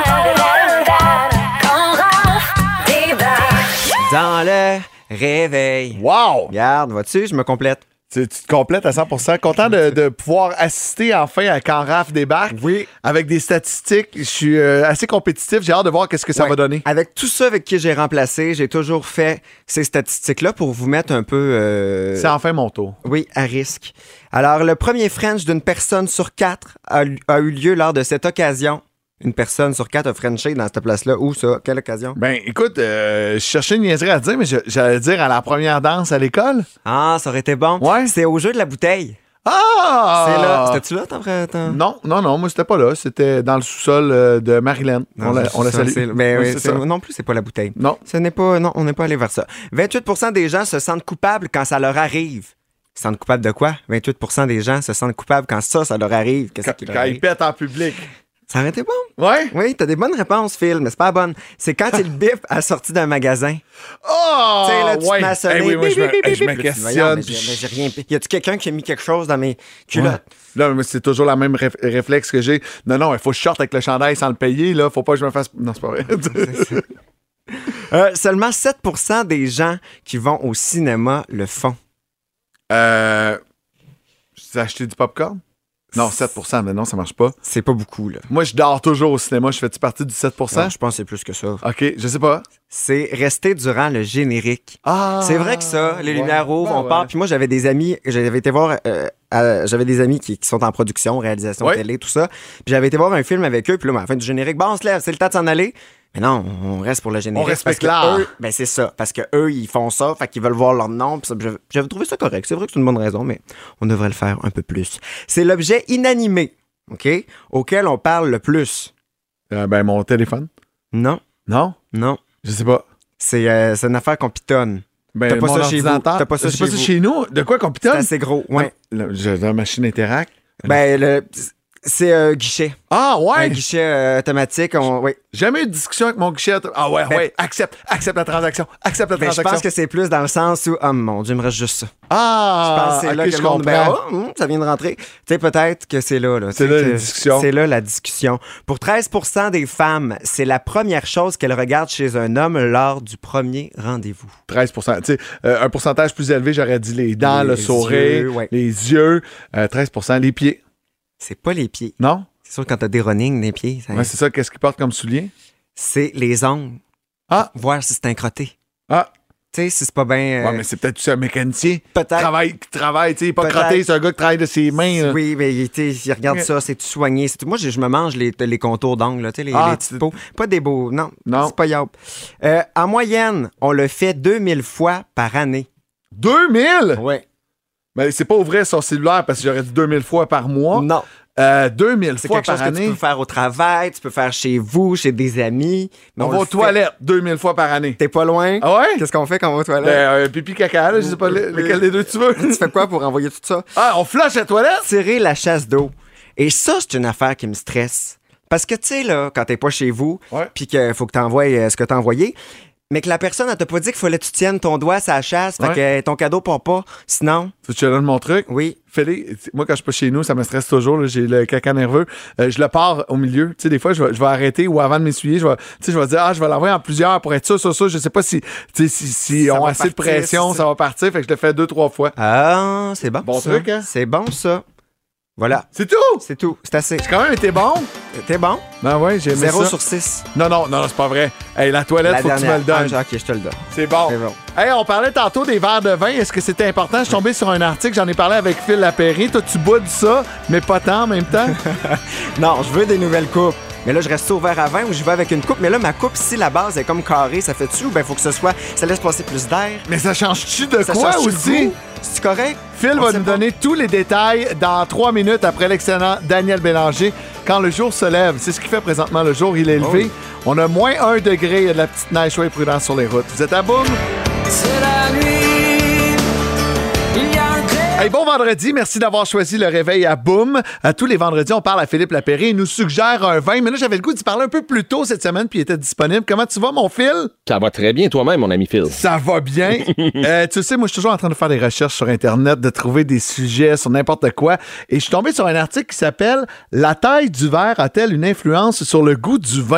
Dans le réveil.
Wow!
Regarde, vois-tu, je me complète.
Tu, tu te complètes à cent pour cent. Content de, de pouvoir assister enfin à quand Raph débarque.
Oui.
Avec des statistiques. Je suis euh, assez compétitif. J'ai hâte de voir qu'est-ce que ça
Ouais.
va donner.
Avec tout ça avec qui j'ai remplacé, j'ai toujours fait ces statistiques-là pour vous mettre un peu... euh,
C'est enfin mon tour.
Oui, à risque. Alors, le premier French d'une personne sur quatre a, a eu lieu lors de cette occasion. Une personne sur quatre a Frenché dans cette place-là. Où ça? Quelle occasion?
Ben, écoute, euh, je cherchais une niaiserie à dire, mais je- j'allais dire à la première danse à l'école.
Ah, ça aurait été bon.
Ouais.
C'est au jeu de la bouteille.
Ah!
C'est là. C'était-tu là, ton frère? ton-
Non, non, non, moi, c'était pas là. C'était dans le sous-sol euh, de Marilyn.
Non,
on la,
c'est
on la
ça,
salue.
c'est- Mais
Oui,
oui,
c'est
c'est-
ça.
non plus, c'est pas la bouteille.
Non.
Ce n'est pas. Non, on n'est pas allé vers ça. vingt-huit pour cent des gens se sentent coupables quand ça leur arrive. Ils se sentent coupables de quoi? vingt-huit pour cent des gens se sentent coupables quand ça, ça leur arrive. Qu'est-ce
Quand,
qui leur
quand il
arrive?
pète en public.
Ça aurait été bon.
Ouais?
Oui, t'as des bonnes réponses, Phil, mais c'est pas la bonne. C'est quand il bip à la sortie d'un magasin.
Oh!
Tu sais, là, tu
ouais.
te mets à sonner.
Eh oui, moi, je me,
Bip, bip,
je me
bip, bip. Voyons,
questionne.
mais j'ai- mais j'ai rien. Y a-tu quelqu'un qui a mis quelque chose dans mes culottes?
Ouais. Là, mais c'est toujours la même réf- réflexe que j'ai. Non, non, il faut que je sorte avec le chandail sans le payer. Là, faut pas que je me fasse. Non, c'est pas vrai.
Euh, seulement sept pour cent des gens qui vont au cinéma le font.
Euh. Tu as acheté du popcorn? Non, sept pour cent, mais non, ça marche pas.
C'est pas beaucoup, là.
Moi, je dors toujours au cinéma. Je fais-tu partie du sept pour cent?
Non, je pense que c'est plus que ça.
OK, je sais pas.
C'est rester durant le générique.
Ah!
C'est vrai que ça, les
ouais.
lumières ouvrent,
Ben
on
ouais.
part. Puis moi, j'avais des amis, j'avais été voir, euh, à- j'avais des amis qui, qui sont en production, réalisation
Ouais.
télé, tout ça. Puis j'avais été voir un film avec eux. Puis là, à la fin du générique, bon, on se lève, c'est le temps de s'en aller. Mais non, on reste pour le générique.
On respecte
parce que
l'art.
eux, ben c'est ça, parce que eux, ils font ça, fait qu'ils veulent voir leur nom. Puis ça, j'avais- j'avais trouvé ça correct. C'est vrai que c'est une bonne raison, mais on devrait le faire un peu plus. C'est l'objet inanimé, OK, auquel on parle le plus.
Euh, ben, mon téléphone.
Non,
Non?
non.
Je sais pas.
C'est euh, c'est une affaire qu'on pitonne.
Ben,
T'as pas
mon
ça chez vous.
ordinateur.
T'as pas ça
J'ai
chez
pas ça
vous.
chez nous. De quoi qu'on
C'est
pitonne?
assez gros, ouais.
Là, J'ai la machine Interact.
Ben, le, c'est un guichet.
Ah,
Un
ouais!
guichet euh, automatique. On, oui.
Jamais eu de discussion avec mon guichet. Ah, ouais,
Ben-
ouais. Accepte, accepte la transaction. Accepte la
Ben, je
transaction.
pense que c'est plus dans le sens où, oh mon Dieu, il me reste juste ça.
Ah!
Je pense que c'est là
ok,
que
je
le monde, ben,
comprends.
oh, hum, ça vient de rentrer. Tu sais, peut-être que c'est là. là
C'est
Tu sais
là la
que
discussion.
C'est là la discussion. Pour treize pour cent des femmes, c'est la première chose qu'elles regardent chez un homme lors du premier rendez-vous.
treize pour cent. Tu sais, euh, un pourcentage plus élevé, j'aurais dit les dents,
Les
le sourire,
yeux, ouais.
les yeux. Euh, treize pour cent, les pieds.
C'est pas les pieds.
Non?
C'est sûr, quand t'as des runnings, les pieds, ça-
Ouais, c'est ça. Qu'est-ce qu'ils portent comme souliers?
c'est les ongles.
Ah!
Voir si c'est un crotté.
Ah!
Tu sais, si c'est pas bien.
Ouais, mais c'est peut-être aussi un mécanicien.
Peut-être.
Qui travaille, qui travaille, tu sais, pas
Peut-être.
crotté, c'est un gars qui travaille de ses mains. là.
Oui, mais il, tu sais, il regarde
Ok.
ça, c'est tout soigné. c'est tout- Moi, je, je me mange les, les contours d'ongles, là, tu sais, les,
Ah,
les petites
tu-
peaux. Pas des beaux, non.
Non.
C'est pas yop. Euh, en moyenne, on le fait deux mille fois par année.
deux mille?
Oui.
Mais c'est pas ouvrir son cellulaire parce que j'aurais dit deux mille fois par mois.
Non.
Euh, deux mille
C'est
fois
quelque chose
par
que tu
année.
peux faire au travail, tu peux faire chez vous, chez des amis. mais
On
le
va aux
fait.
toilettes deux mille fois par année.
T'es pas loin.
Ah ouais?
Qu'est-ce qu'on fait quand on va aux
Ben,
toilettes?
euh, pipi caca, là, je sais pas le- lequel des deux tu veux.
Tu fais quoi pour envoyer tout ça?
Ah, on flush la toilette?
Tirer la chasse d'eau. Et ça, c'est une affaire qui me stresse. Parce que, tu sais, là, quand t'es pas chez vous,
Ouais.
puis qu'il faut que t'envoies euh, ce que t'as envoyé, mais que la personne, elle t'a pas dit qu'il fallait que tu tiennes ton doigt à la chasse, fait
Ouais.
que euh, ton cadeau part pas. Sinon,
Tu veux que je te donne mon truc?
oui.
Fais-les. Moi, quand je suis pas chez nous, ça me stresse toujours. là, J'ai le caca nerveux. Euh, je le pars au milieu. Tu sais, des fois, je vais, je vais arrêter ou avant de m'essuyer, je vais, tu sais, je vais dire, ah, je vais l'envoyer en plusieurs pour être sûr, sûr, sûr. Je sais pas si, tu sais, si, si
Ça
on
va
a assez de
partir,
pression,
c'est
ça va partir. Fait que je le fais deux, trois fois.
Ah, c'est bon.
Bon
ça.
truc, hein?
C'est bon, ça. Voilà.
C'est tout!
C'est tout. C'est assez.
J'ai quand même été bon.
T'es bon?
Ben ouais, j'ai aimé
Zéro
ça.
sur six.
Non, non, non, non, c'est pas vrai. Hey, la toilette,
La
faut que tu me
dernière.
le donnes.
Ah, ok, je te le donne.
C'est bon.
C'est bon.
Hey, on parlait tantôt des verres de vin. Est-ce que c'était important? Je suis tombé sur un article, j'en ai parlé avec Phil Lapéry. Toi, tu bois de ça, mais pas tant en même temps.
Non, je veux des nouvelles coupes. Mais là, je reste au verre à vin ou je vais avec une coupe. Mais là, ma coupe, si la base est comme carrée, ça fait-tu ou ben faut que ce soit. Ça laisse passer plus d'air.
Mais ça change-tu de
Ça
quoi
change-tu le
aussi?
goût? C'est correct?
Phil
On
va
sait
nous
pas.
donner tous les détails dans trois minutes après l'excellent Daniel Bélanger. Quand le jour se lève, c'est ce qui fait présentement le jour, il est
Oh
levé.
oui.
On a moins un degré, il y a de la petite neige, soyez prudents sur les routes. Vous êtes à boum?
C'est la nuit. Il y a un cré-
Hey, bon vendredi, merci d'avoir choisi le réveil à Boom. À tous les vendredis, on parle à Philippe Lapéry. Il nous suggère un vin, mais là, j'avais le goût d'y parler un peu plus tôt cette semaine, puis il était disponible. Comment tu vas, mon Phil?
Ça va très bien toi-même, mon ami Phil.
Ça va bien. Euh, tu sais, moi, je suis toujours en train de faire des recherches sur Internet, de trouver des sujets sur n'importe quoi. Et je suis tombé sur un article qui s'appelle « La taille du verre a-t-elle une influence sur le goût du vin? »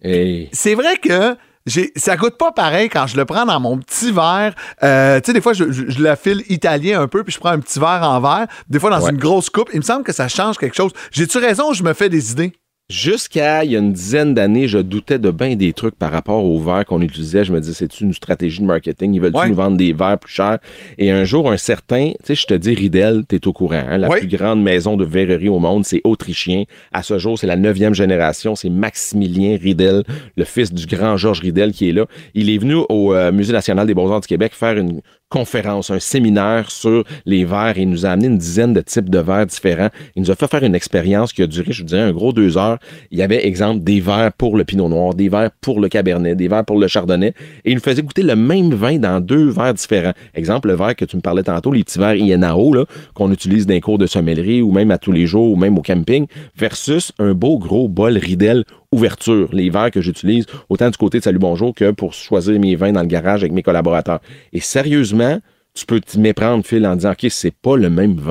Et
C'est vrai que j'ai, ça goûte pas pareil quand je le prends dans mon petit verre. Euh, tu sais, des fois, je, je, je le file italien un peu, puis je prends un petit verre en verre. Des fois, dans
Ouais.
une grosse coupe. Il me semble que ça change quelque chose. J'ai-tu raison ou je me fais des idées?
jusqu'à il y a une dizaine d'années, je doutais de bien des trucs par rapport aux verres qu'on utilisait. Je me disais, c'est-tu une stratégie de marketing? Ils veulent-tu
Ouais.
nous vendre des verres plus chers? Et un jour, un certain, tu sais, je te dis, Riedel, t'es au courant, hein? La
Ouais.
plus grande maison de verrerie au monde, c'est autrichien. À ce jour, c'est la neuvième génération. C'est Maximilien Riedel, le fils du grand Georges Riedel qui est là. Il est venu au euh, Musée national des beaux-arts du Québec faire une conférence, un séminaire sur les verres et il nous a amené une dizaine de types de verres différents. Il nous a fait faire une expérience qui a duré, je vous dirais, un gros deux heures. Il y avait, exemple, des verres pour le Pinot Noir, des verres pour le Cabernet, des verres pour le Chardonnay et il nous faisait goûter le même vin dans deux verres différents. Exemple, le verre que tu me parlais tantôt, les petits verres I N A O là, qu'on utilise dans les cours de sommellerie ou même à tous les jours ou même au camping versus un beau gros bol Riedel ouverture, les verres que j'utilise autant du côté de Salut Bonjour que pour choisir mes vins dans le garage avec mes collaborateurs. Et sérieusement, tu peux te méprendre, Phil, en disant « OK, c'est pas le même vin.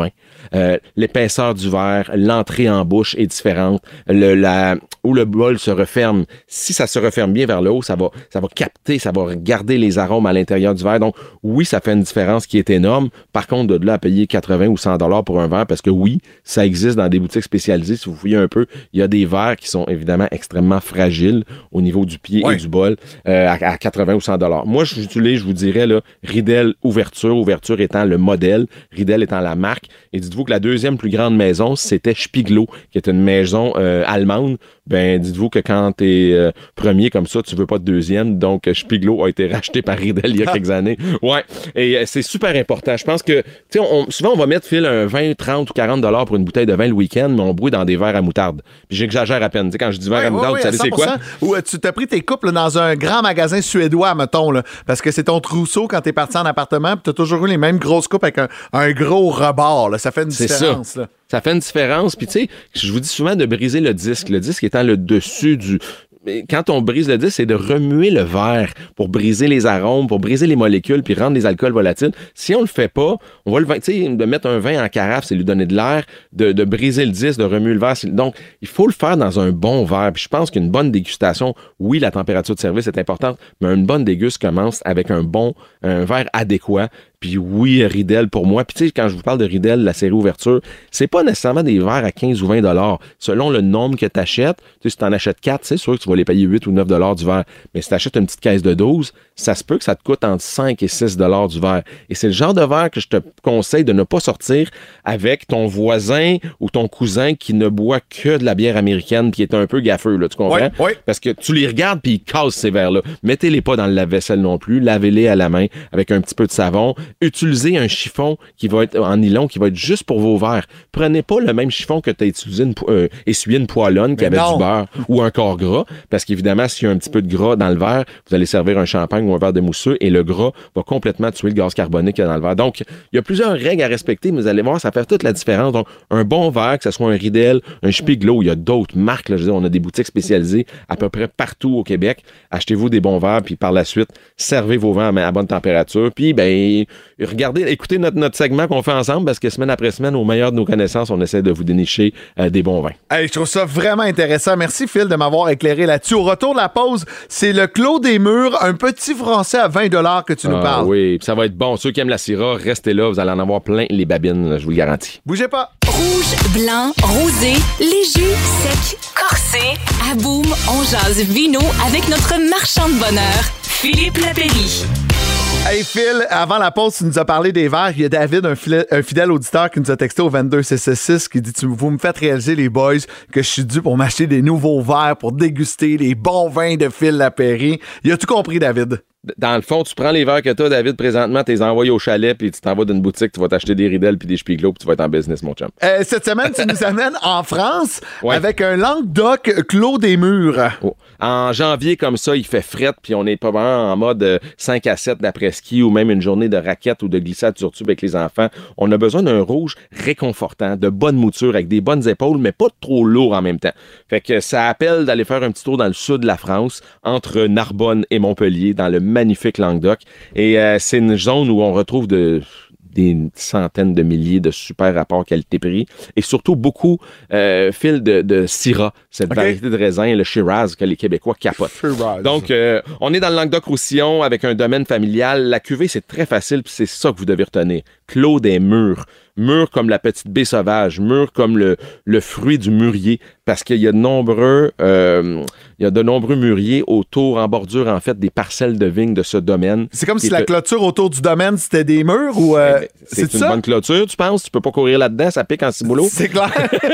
euh, l'épaisseur du verre, l'entrée en bouche est différente, le, la, où le bol se referme. Si ça se referme bien vers le haut, ça va, ça va capter, ça va garder les arômes à l'intérieur du verre. Donc, oui, ça fait une différence qui est énorme. Par contre, de là à payer quatre-vingts ou cent dollars pour un verre, parce que oui, ça existe dans des boutiques spécialisées. Si vous fouillez un peu, il y a des verres qui sont évidemment extrêmement fragiles au niveau du pied
ouais.
et du bol euh, à, à quatre-vingts ou cent dollars. Moi, j'utilise, je vous dirais, là, Riedel Ouverture, Ouverture étant le modèle, Riedel étant la marque. Et dites-vous que la deuxième plus grande maison, c'était Spiglo, qui est une maison euh, allemande. Ben, dites-vous que quand t'es euh, premier comme ça, tu veux pas de deuxième. Donc, Spiglo a été racheté par Riedel il y a quelques années. Ouais. Et euh, c'est super important. Je pense que, tu sais, on, souvent, on va mettre, Phil, un vingt, trente ou quarante dollars pour une bouteille de vin le week-end, mais on brouille dans des verres à moutarde. Puis j'exagère à peine. Tu sais, quand je dis verre
ouais,
à moutarde,
ouais,
vous savez c'est quoi?
Ou euh, tu t'as pris tes coupes là, dans un grand magasin suédois, mettons, là, parce que c'est ton trousseau quand t'es parti en appartement, puis t'as toujours eu les mêmes grosses coupes avec un, un gros rebord. Là. Ça fait une
C'est
différence.
ça.
Là.
Ça fait une différence. Puis, tu sais, je vous dis souvent de briser le disque. Le disque étant le dessus du. Quand on brise le disque, c'est de remuer le verre pour briser les arômes, pour briser les molécules, puis rendre les alcools volatiles. Si on le fait pas, on va le tu sais, de mettre un vin en carafe, c'est lui donner de l'air, de, de briser le disque, de remuer le verre. Donc, il faut le faire dans un bon verre. Puis je pense qu'une bonne dégustation, oui, la température de service est importante, mais une bonne déguste commence avec un bon, un verre adéquat. Puis oui, Riedel pour moi. Puis tu sais, quand je vous parle de Riedel, la série Ouverture, c'est pas nécessairement des verres à quinze ou vingt dollars. Selon le nombre que tu achètes, tu sais, si tu en achètes quatre, c'est sûr que tu vas les payer huit ou neuf dollars du verre. Mais si tu achètes une petite caisse de douze, ça se peut que ça te coûte entre cinq et six dollars du verre. Et c'est le genre de verre que je te conseille de ne pas sortir avec ton voisin ou ton cousin qui ne boit que de la bière américaine puis qui est un peu gaffeux, là, tu comprends?
Oui, oui.
Parce que tu les regardes puis ils cassent ces verres-là. Mettez-les pas dans le lave-vaisselle non plus. Lavez-les à la main avec un petit peu de savon. Utilisez un chiffon qui va être en nylon, qui va être juste pour vos verres. Prenez pas le même chiffon que tu as utilisé, une, euh, essuyé une poêlonne qui
Mais
avait
non.
du beurre ou un corps gras, parce qu'évidemment, s'il y a un petit peu de gras dans le verre, vous allez servir un champagne ou un verre de mousseux et le gras va complètement tuer le gaz carbonique qu'il y a dans le verre. Donc, il y a plusieurs règles à respecter, mais vous allez voir, ça fait toute la différence. Donc, un bon verre, que ce soit un Riedel, un Spiglo, il y a d'autres marques, là, je veux dire, on a des boutiques spécialisées à peu près partout au Québec. Achetez-vous des bons verres, puis par la suite, servez vos vins à bonne température, puis ben, regardez, écoutez notre, notre segment qu'on fait ensemble, parce que semaine après semaine, au meilleur de nos connaissances, on essaie de vous dénicher euh, des bons vins.
Hey, je trouve ça vraiment intéressant. Merci, Phil, de m'avoir éclairé là-dessus. Au retour de la pause, c'est le Clos des Murs, un petit français à vingt dollars que tu nous
Ah,
parles.
oui, puis ça va être bon. Ceux qui aiment la Syrah, restez là, vous allez en avoir plein les babines, là, je vous le garantis.
Bougez pas.
Rouge, blanc, rosé, léger, sec, corsé. À Boom, on jase vino avec notre marchand de bonheur, Philippe Lapéry.
Hey Phil, avant la pause, tu nous as parlé des verres. Il y a David, un, filet, un fidèle auditeur qui nous a texté au vingt-deux six six six qui dit tu, vous me faites réaliser, les boys, que je suis dû pour m'acheter des nouveaux verres pour déguster les bons vins de Phil Lapéry. Il a tout compris, David.
Dans le fond, tu prends les verres que tu as, David, présentement, tu les envoies au chalet, puis tu t'en vas d'une boutique, tu vas t'acheter des Riedel puis des Spiglo, puis tu vas être en business, mon chum.
Euh, cette semaine, tu nous amènes en France
Ouais.
avec un Languedoc Clos des Murs.
Oh. En janvier, comme ça, il fait fret, puis on est pas vraiment en mode euh, cinq à sept d'après-ski ou même une journée de raquette ou de glissade sur tube avec les enfants. On a besoin d'un rouge réconfortant, de bonne mouture, avec des bonnes épaules, mais pas trop lourd en même temps. Fait que ça appelle d'aller faire un petit tour dans le sud de la France, entre Narbonne et Montpellier, dans le magnifique Languedoc. Et euh, c'est une zone où on retrouve de... des centaines de milliers de super rapports qualité-prix et surtout beaucoup euh, fil de, de Syrah, cette
Okay.
variété de raisin, le Shiraz, que les Québécois capotent.
Shiraz.
Donc, euh, on est dans le Languedoc-Roussillon avec un domaine familial. La cuvée, c'est très facile, puis c'est ça que vous devez retenir. Clos des Murs. Mûr comme la petite baie sauvage, mûr comme le, le fruit du mûrier, parce qu'il y a de nombreux, euh, il y a de nombreux mûriers autour, en bordure, en fait, des parcelles de vignes de ce domaine.
C'est comme si
Et
la
que-
clôture autour du domaine, c'était des murs ou... euh,
Eh ben, c'est une
ça?
bonne clôture, tu penses? Tu peux pas courir là-dedans, ça pique en ciboulot.
C'est clair.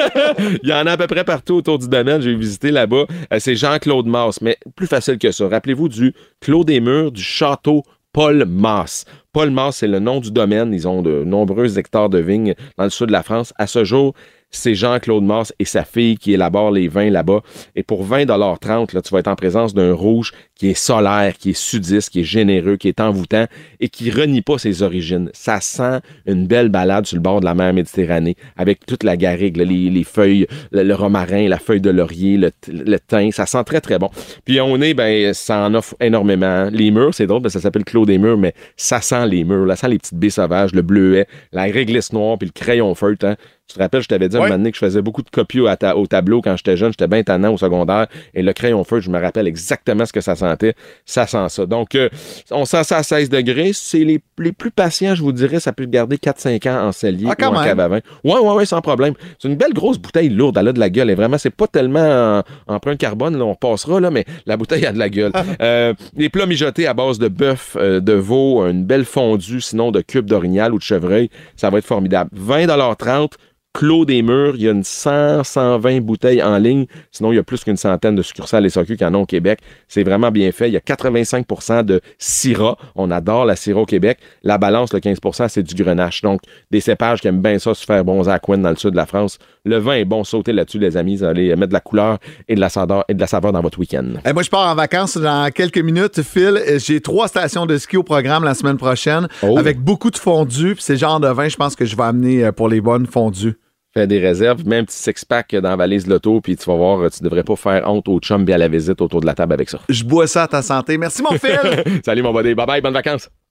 Il y en a à peu près partout autour du domaine. J'ai visité là-bas. Euh, c'est Jean-Claude Masse, mais plus facile que ça. Rappelez-vous du Clos des Murs, du château Paul Masse. Paul Masse, c'est le nom du domaine. Ils ont de nombreux hectares de vignes dans le sud de la France. À ce jour, c'est Jean-Claude Mars et sa fille qui élaborent les vins là-bas. Et pour vingt dollars trente, là, tu vas être en présence d'un rouge qui est solaire, qui est sudiste, qui est généreux, qui est envoûtant et qui renie pas ses origines. Ça sent une belle balade sur le bord de la mer Méditerranée avec toute la garrigue, là, les, les feuilles, le, le romarin, la feuille de laurier, le, le thym. Ça sent très, très bon. Puis on est, ben, ça en offre énormément. Les murs, c'est drôle, parce que ça s'appelle Clos des murs, mais ça sent les murs. Là, ça sent les petites baies sauvages, le bleuet, la réglisse noire puis le crayon feutre. Hein. Tu te rappelles, je t'avais dit
ouais.
un moment donné que je faisais beaucoup de copies au, ta- au tableau quand j'étais jeune. J'étais bien tannant au secondaire. Et le crayon feutre, je me rappelle exactement ce que ça sentait. Ça sent ça. Donc, euh, on sent ça à seize degrés. C'est les, les plus patients, je vous dirais, ça peut garder quatre à cinq ans en cellier
ah,
ou en cave à vin. Ouais, ouais, ouais, sans problème. C'est une belle grosse bouteille lourde. Elle a de la gueule. Et vraiment, c'est pas tellement en, empreinte carbone. Là, on passera, là, mais la bouteille a de la gueule. euh, les plats mijotés à base de bœuf, euh, de veau, une belle fondue, sinon de cubes d'orignal ou de chevreuil. Ça va être formidable. vingt dollars trente. Clos des murs, il y a une cent, cent vingt bouteilles en ligne. Sinon, il y a plus qu'une centaine de succursales S A Q qui en ont au Québec. C'est vraiment bien fait. Il y a quatre-vingt-cinq pour cent de Syrah. On adore la Syrah au Québec. La balance, le quinze pour cent, c'est du Grenache. Donc, des cépages qui aiment bien ça, se faire bronzer à Quinn dans le sud de la France. Le vin est bon. Sautez là-dessus, les amis. Vous allez mettre de la couleur et de la saveur, et de la saveur dans votre week-end.
Et moi, je pars en vacances dans quelques minutes. Phil, j'ai trois stations de ski au programme la semaine prochaine
Oh.
avec beaucoup de fondue. Puis c'est le genre de vin, je pense que je vais amener pour les bonnes fondues.
Fais des réserves, mets un petit six-pack dans la valise de l'auto, puis tu vas voir, tu devrais pas faire honte au chum et à la visite autour de la table avec ça.
Je bois ça à ta santé. Merci, mon Phil!
Salut, mon buddy. Bye-bye, bonnes vacances!